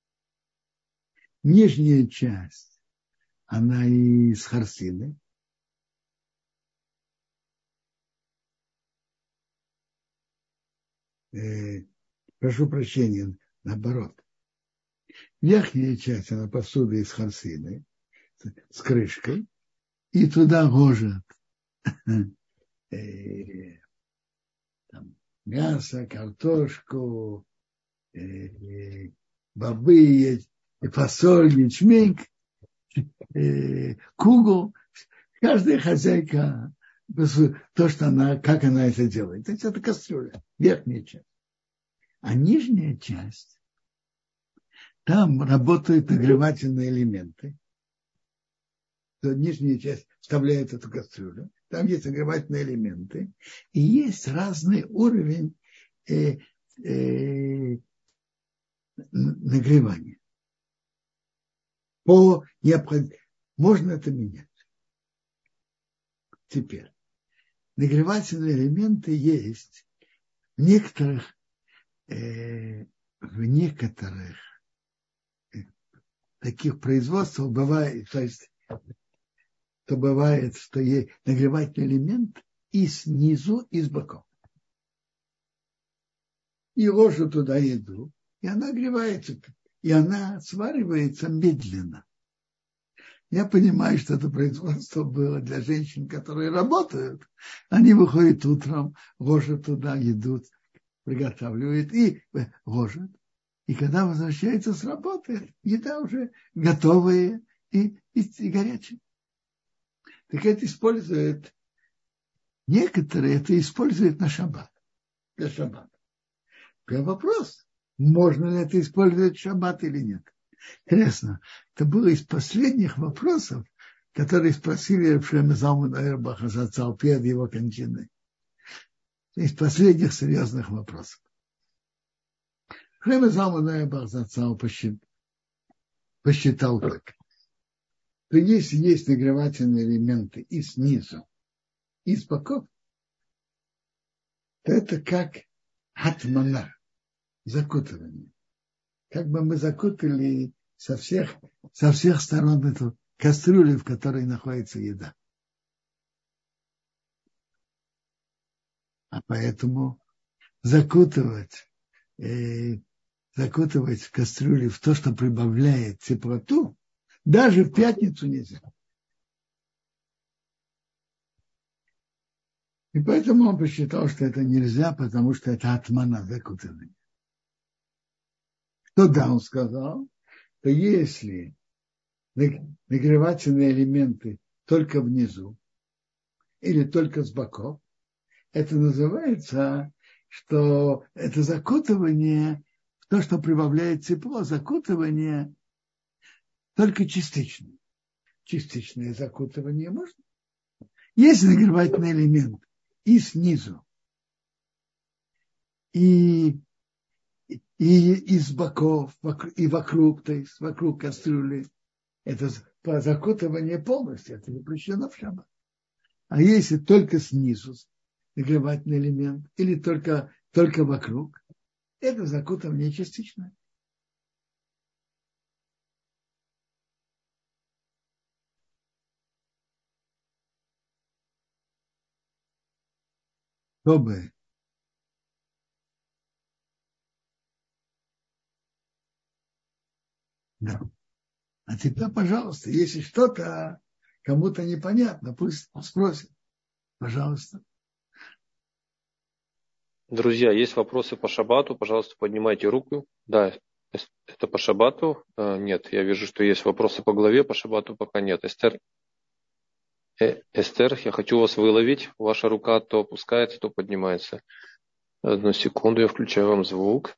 Нижняя часть, она из харсины. Прошу прощения, наоборот. Верхняя часть, она посуда из харсины с крышкой. И туда ложат мясо, картошку, бобы, фасоль, ячмень, кугу. Каждая хозяйка, то, что как она это делает. То есть это кастрюля, верхняя часть. А нижняя часть, там работают нагревательные элементы. То нижняя часть вставляет эту кастрюлю. Там есть нагревательные элементы. И есть разный уровень нагревания. Можно это менять. Теперь. Нагревательные элементы есть в некоторых в некоторых таких производствах бывает, то есть, то бывает, что есть нагревательный элемент и снизу, и с боков. И ложу туда еду, и она нагревается, и она сваривается медленно. Я понимаю, что это производство было для женщин, которые работают. Они выходят утром, ложат туда еду, приготавливают и ложат. И когда возвращаются с работы, еда уже готовая и горячая. Так это используют, некоторые это используют на шаббат, для шаббата. Первый вопрос, можно ли это использовать в шаббат или нет. Интересно, это было из последних вопросов, которые спросили Шломо Залман Ауэрбах Зацал перед его кончиной. Из последних серьезных вопросов. Шломо Залман Ауэрбах Зацал посчитал так. То если есть нагревательные элементы и снизу, и с боков, то это как атмана, закутывание. Как бы мы закутали со всех сторон эту кастрюлю, в которой находится еда. А поэтому закутывать в кастрюлю в то, что прибавляет теплоту, даже в пятницу нельзя. И поэтому он посчитал, что это нельзя, потому что это атмана, закутывание. То да, он сказал, что если нагревательные элементы только внизу или только с боков, это называется, что это закутывание, то, что прибавляет тепло, закутывание только частичное. Частичное закутывание можно. Если нагревательный элемент и снизу, и с боков, и вокруг, то есть вокруг кастрюли, это закутывание полностью, это запрещено в шаббат. А если только снизу нагревательный элемент, или только вокруг, это закутывание частичное. Чтобы да. А теперь, пожалуйста, если что-то кому-то непонятно, пусть спросит. Пожалуйста. Друзья, есть вопросы по шаббату, пожалуйста, поднимайте руку. Да, это по шаббату. Нет, я вижу, что есть вопросы по главе, по шаббату пока нет. Эстер, я хочу вас выловить. Ваша рука то опускается, то поднимается. Одну секунду, я включаю вам звук.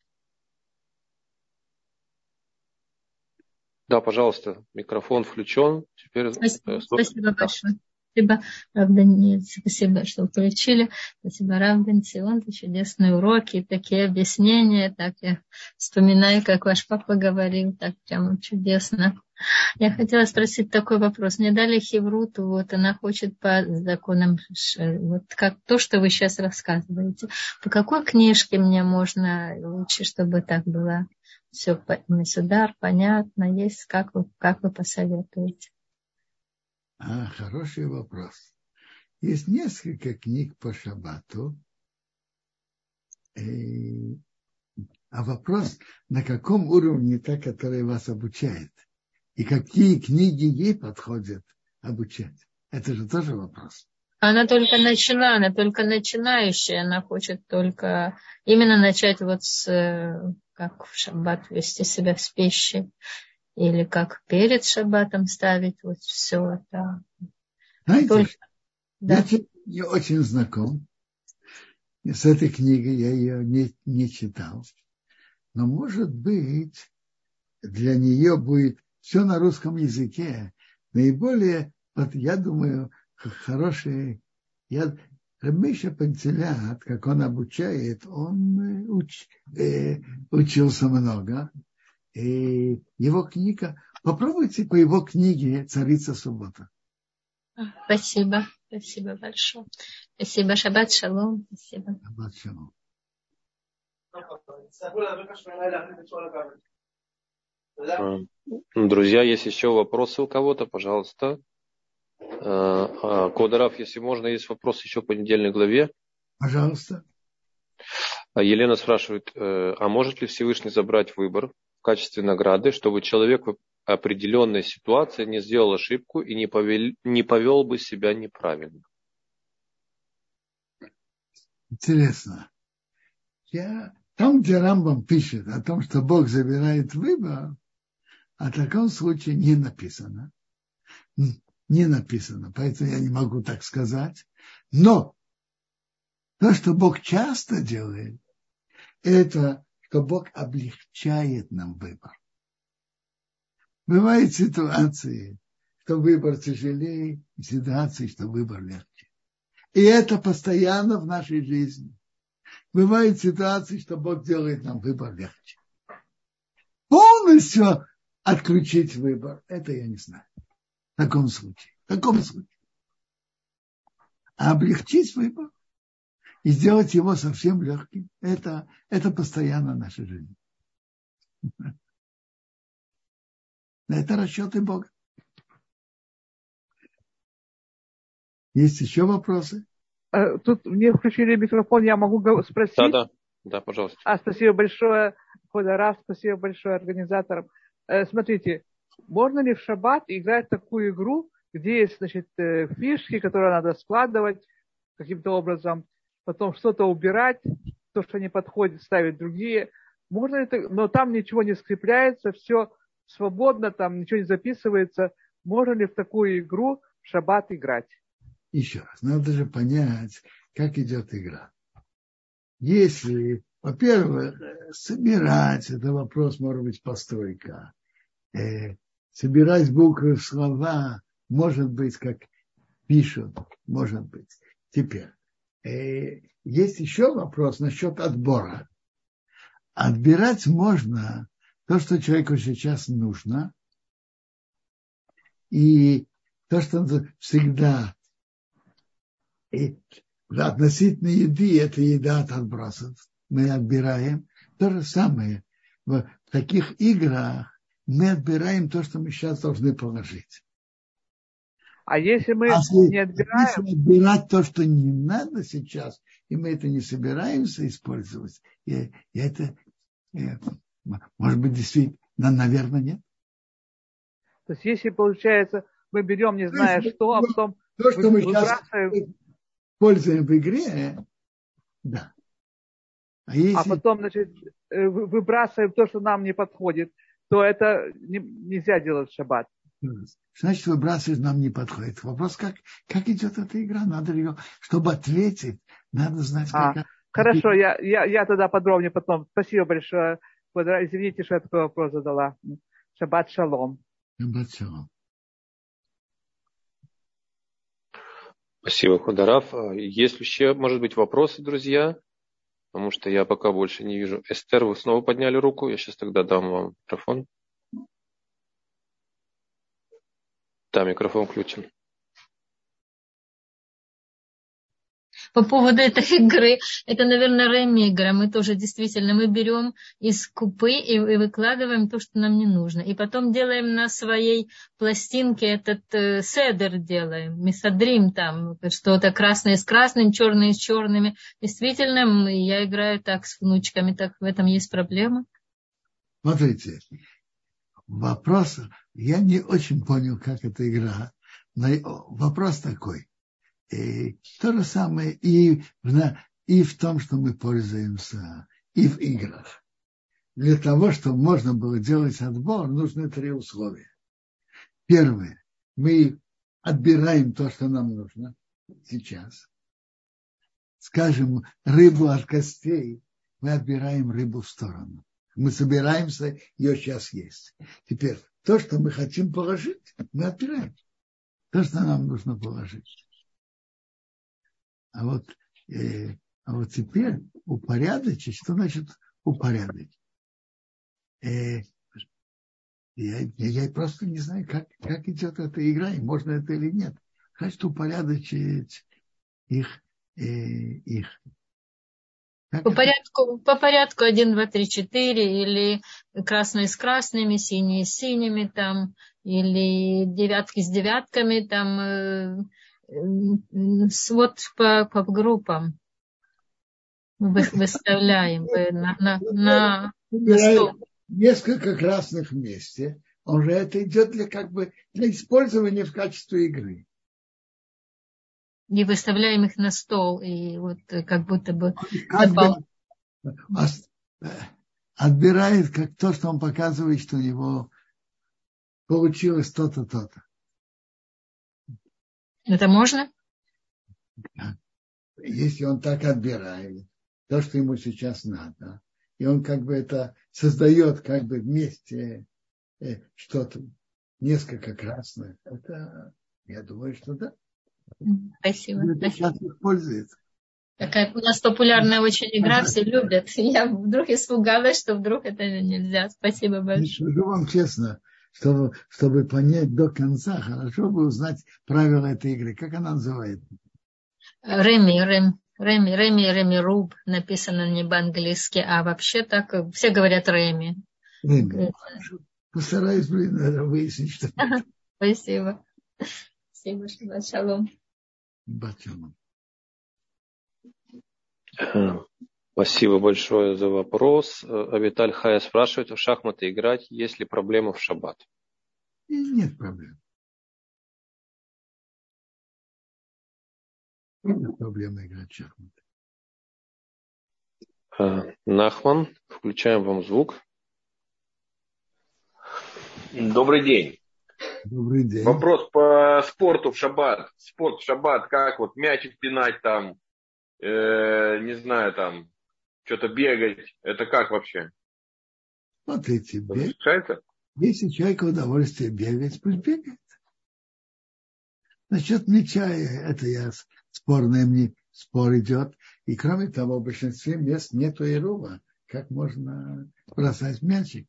Да, пожалуйста, микрофон включен. Теперь... Спасибо большое. Спасибо, Рав Даниэль, спасибо, что включили. Спасибо, Рав Бен-Цион, за чудесные уроки и такие объяснения. Так я вспоминаю, как ваш папа говорил, так прямо чудесно. Я хотела спросить такой вопрос. Мне дали хевруту, вот она хочет по законам, вот как то, что вы сейчас рассказываете. По какой книжке мне можно лучше, чтобы так было все Месудар, понятно, есть, как вы посоветуете? Хороший вопрос. Есть несколько книг по шаббату. А вопрос, на каком уровне та, которая вас обучает, и какие книги ей подходят обучать. Это же тоже вопрос. Она только начинающая, она хочет только именно начать вот с, как в шаббат вести себя с пищей, или как перед шаббатом ставить, вот все это. Знаете, только, да. Я очень знаком с этой книгой, я ее не читал. Но, может быть, для нее будет все на русском языке. Наиболее, вот я думаю, хороший. Рамиша Панцелят, как он обучает, он учился много. И его книга, попробуйте по его книге «Царица суббота». Спасибо большое. Спасибо, шаббат шалом. Спасибо. Шаббат шалом. Друзья, есть еще вопросы у кого-то, пожалуйста. Квадрат, если можно, есть вопрос еще по недельной главе. Пожалуйста. Елена спрашивает, а может ли Всевышний забрать выбор в качестве награды, чтобы человек в определенной ситуации не сделал ошибку и не повел бы себя неправильно? Интересно. Там, где Рамбам пишет о том, что Бог забирает выбор, о таком случае не написано. Не написано, поэтому я не могу так сказать. Но то, что Бог часто делает, это, что Бог облегчает нам выбор. Бывают ситуации, что выбор тяжелее, и ситуации, что выбор легче. И это постоянно в нашей жизни. Бывают ситуации, что Бог делает нам выбор легче. Полностью отключить выбор, это я не знаю. В таком случае. А облегчить выбор и сделать его совсем легким, это постоянно наша жизнь. Это расчеты Бога. Есть еще вопросы? Тут мне включили микрофон, я могу спросить? Да, пожалуйста. Спасибо большое, Квадрат, спасибо большое организаторам. Смотрите, можно ли в шаббат играть такую игру, где есть, значит, фишки, которые надо складывать каким-то образом, потом что-то убирать, то, что не подходит, ставить другие. Можно ли это, но там ничего не скрепляется, все свободно, там ничего не записывается. Можно ли в такую игру в шаббат играть? Еще раз, надо же понять, как идет игра. Если, во-первых, собирать, это вопрос, может быть, постройка. Собирать буквы в слова, может быть, как пишут, может быть. Теперь, есть еще вопрос насчет отбора. Отбирать можно то, что человеку сейчас нужно, и то, что всегда относительно еды, это еда от отбросов. Мы отбираем то же самое. В таких играх мы отбираем то, что мы сейчас должны положить. А если мы не отбираем? Если отбирать то, что не надо сейчас, и мы это не собираемся использовать, и это, может быть, действительно, наверное, нет. То есть, если, получается, мы берем, не зная что, а потом то, что мы сейчас выбрасываем... используем в игре, да. А потом, значит, выбрасываем то, что нам не подходит, то это нельзя делать в шаббат. Значит, выбрасывать нам не подходит. Вопрос, как идет эта игра. Надо ее, чтобы ответить, надо знать, как... Хорошо, я тогда подробнее потом. Спасибо большое. Извините, что я такой вопрос задала. Шаббат шалом. Шаббат шалом. Спасибо, Квадрат. Есть еще, может быть, вопросы, друзья? Потому что я пока больше не вижу. Эстер, вы снова подняли руку. Я сейчас тогда дам вам микрофон. Да, микрофон включен. По поводу этой игры, это, наверное, рэм-игра. Мы тоже действительно, мы берем из купы и выкладываем то, что нам не нужно. И потом делаем на своей пластинке этот седер делаем. Мисадрим там, что-то красное с красным, черное с черными. Действительно, я играю так с внучками, так в этом есть проблема. Смотрите, вопрос, я не очень понял, как эта игра. Но вопрос такой. И то же самое и в том, что мы пользуемся, и в играх. Для того, чтобы можно было делать отбор, нужны 3 условия. Первое. Мы отбираем то, что нам нужно сейчас. Скажем, рыбу от костей, мы отбираем рыбу в сторону. Мы собираемся ее сейчас есть. Теперь, то, что мы хотим положить, мы отбираем. То, что нам нужно положить. А вот теперь упорядочить, что значит упорядочить? Я просто не знаю, как идет эта игра, и можно это или нет. Значит, упорядочить их По порядку 1, 2, 3, 4, или красные с красными, синие с синими, там, или девятки с девятками, там, вот по группам выставляем на стол. Несколько красных вместе. Он же это идет для использования в качестве игры. И выставляем их на стол, и вот как будто бы отбирает как то, что он показывает, что у него получилось то-то, то-то. Это можно? Если он так отбирает то, что ему сейчас надо, и он это создает вместе что-то, несколько красных, это, я думаю, что да. Спасибо. Сейчас использует. Такая у нас популярная очень игра, все любят. Я вдруг испугалась, что вдруг это нельзя. Спасибо большое. Скажу вам честно, чтобы понять до конца, хорошо бы узнать правила этой игры. Как она называется? Реми Руб. Написано не по-английски, а вообще так. Все говорят Реми. Реми. Постараюсь, выяснить, что это. Спасибо. Спасибо, шаббат шалом. Спасибо большое за вопрос. Авиталь Хая спрашивает, в шахматы играть, есть ли проблема в шаббат? Нет проблем. Нет проблемы играть в шахматы. Нахман, включаем вам звук. Добрый день. Добрый день. Вопрос по спорту в шаббат. Спорт в шаббат, как мячик пинать там, не знаю, там, что-то бегать. Это как вообще? Смотрите, разрешается? Если человеку удовольствие бегать, пусть бегает. Насчет мяча, это спорный спор идет. И кроме того, в большинстве мест нету ирува. Как можно бросать мячик?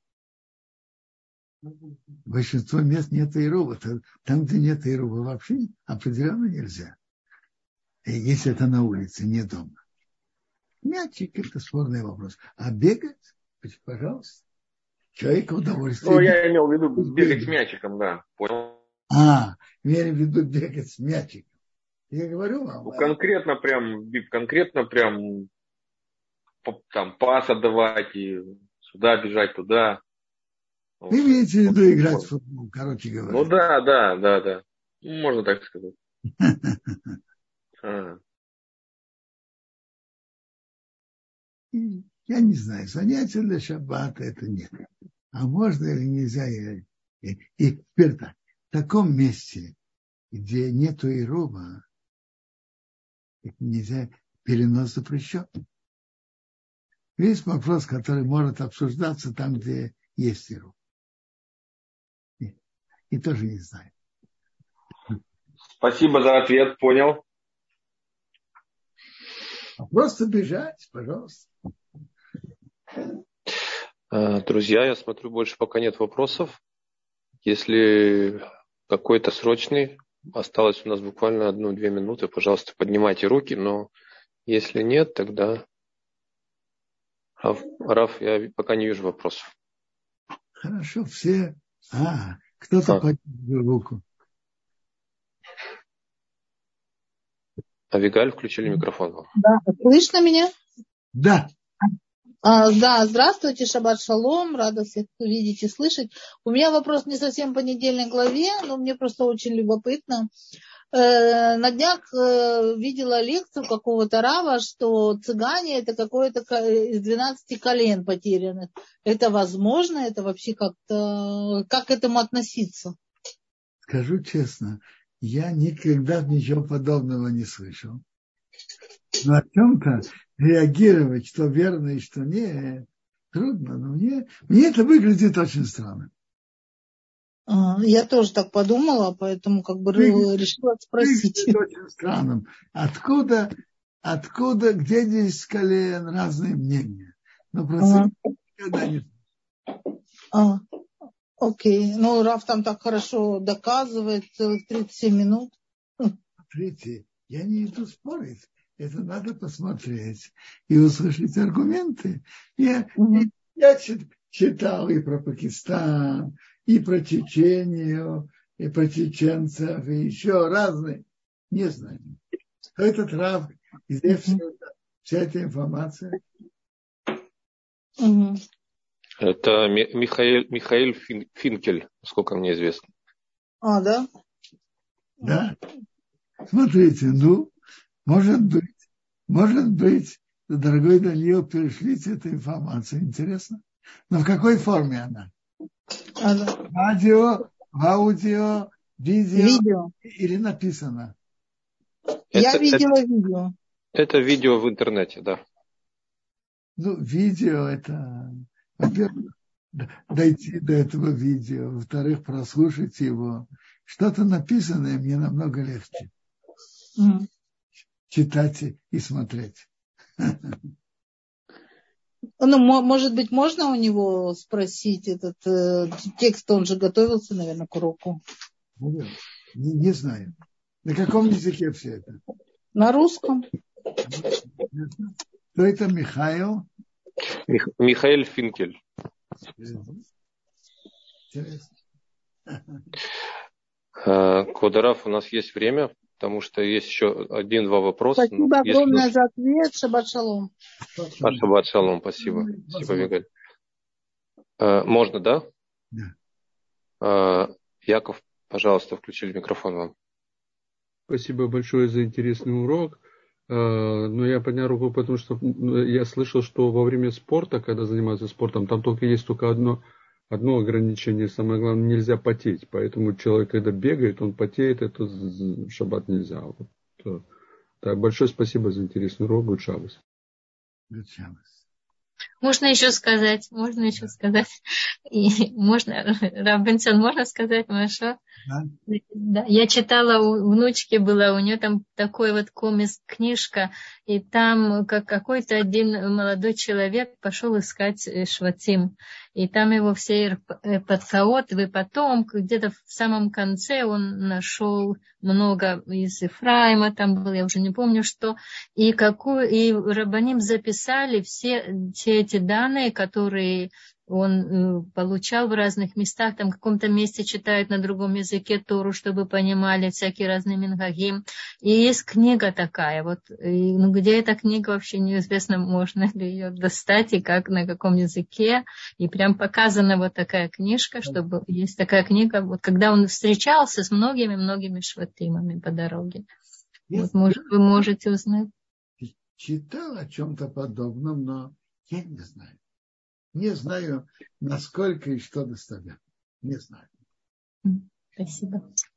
Большинство мест нет ирува. Там, где нет ирува, вообще определенно нельзя. И если это на улице, не дома. Мячик – это спорный вопрос. А бегать, пожалуйста, человеку удовольствие. Ну, я имел в виду бегать с мячиком, да. Понял. Имею в виду бегать с мячиком. Я говорю вам. Ну, конкретно прям там пас отдавать и сюда бежать, туда. Вы имеете в виду играть в футбол, короче говоря. Ну да. Можно так сказать. Я не знаю, занятия для шаббата это нет. А можно или нельзя? И теперь так. В таком месте, где нету ируба, нельзя, перенос запрещен. Весь вопрос, который может обсуждаться там, где есть ируб. И тоже не знаю. Спасибо за ответ, понял. Просто бежать, пожалуйста. Друзья, я смотрю, больше пока нет вопросов. Если какой-то срочный, осталось у нас буквально 1-2 минуты, пожалуйста, поднимайте руки, но если нет, тогда... Раф, я пока не вижу вопросов. Хорошо, все... кто-то поднял руку. Авигаль, включили микрофон. Да, слышно меня? Да. Да, здравствуйте, шаббат шалом, рада всех видеть и слышать. У меня вопрос не совсем по недельной главе, но мне просто очень любопытно. На днях видела лекцию какого-то рава, что цыгане это какое-то из 12 колен потерянных. Это возможно? Это вообще как-то... Как к этому относиться? Скажу честно, я никогда ничего подобного не слышал. Но о чем-то реагировать, что верно и что нет, трудно. Но мне это выглядит очень странно. Я тоже так подумала, поэтому решила спросить. Выглядит очень странным. Откуда, где здесь колен, разные мнения. Но про никогда не слышал. Окей. Ну, Раф там так хорошо доказывает целых 37 минут. Смотрите, я не иду спорить. Это надо посмотреть и услышать аргументы. Я читал и про Пакистан, и про Чечению, и про чеченцев, и еще разные. Не знаю. Кто этот рав? Где вся эта информация? Это Михаил Финкель, насколько мне известно. Да? Да. Смотрите, может быть, дорогой Даниил, перешлите эту информацию. Интересно. Но в какой форме она? В аудио, видео. Или написано? Я видела видео. Это видео в интернете, да. Видео это, во-первых, дойти до этого видео, во-вторых, прослушать его. Что-то написанное мне намного легче читать и смотреть. Может быть, можно у него спросить этот текст, он же готовился, наверное, к уроку. Не знаю. На каком языке все это? На русском. Кто это Михаил? Михаил Финкель. Интересно. Квадараф, у нас есть время, потому что есть еще 1-2 вопроса. Спасибо огромное за ответ. Шаббат шалом. Шаббат шалом, спасибо. Спасибо, Мигаль. Можно, да? Да. Яков, пожалуйста, включили микрофон вам. Спасибо большое за интересный урок. Но я поднял руку, потому что я слышал, что во время спорта, когда занимаются спортом, там есть только одно ограничение. Самое главное, нельзя потеть. Поэтому человек, когда бегает, он потеет, это в шаббат нельзя. Так, большое спасибо за интересный урок. Гуд шаббат. Можно еще сказать. И можно, Рав Бенцион, можно сказать, Маша? Да. Я читала, у внучки была, у нее там такой вот книжка, и там какой-то один молодой человек пошел искать шватим, и там его все подхаот, и потом где-то в самом конце он нашел много из Ефраима, там было, я уже не помню что, и рабаним записали все эти данные, которые он получал в разных местах, там в каком-то месте читают на другом языке Тору, чтобы понимали всякие разные минхагим. И есть книга такая, где эта книга вообще неизвестно, можно ли ее достать и как, на каком языке. И прям показана вот такая книжка, чтобы есть такая книга, когда он встречался с многими шватимами по дороге. Может, вы можете узнать. Читал о чем-то подобном, но я не знаю. Не знаю, насколько и что достоверно. Не знаю. Спасибо.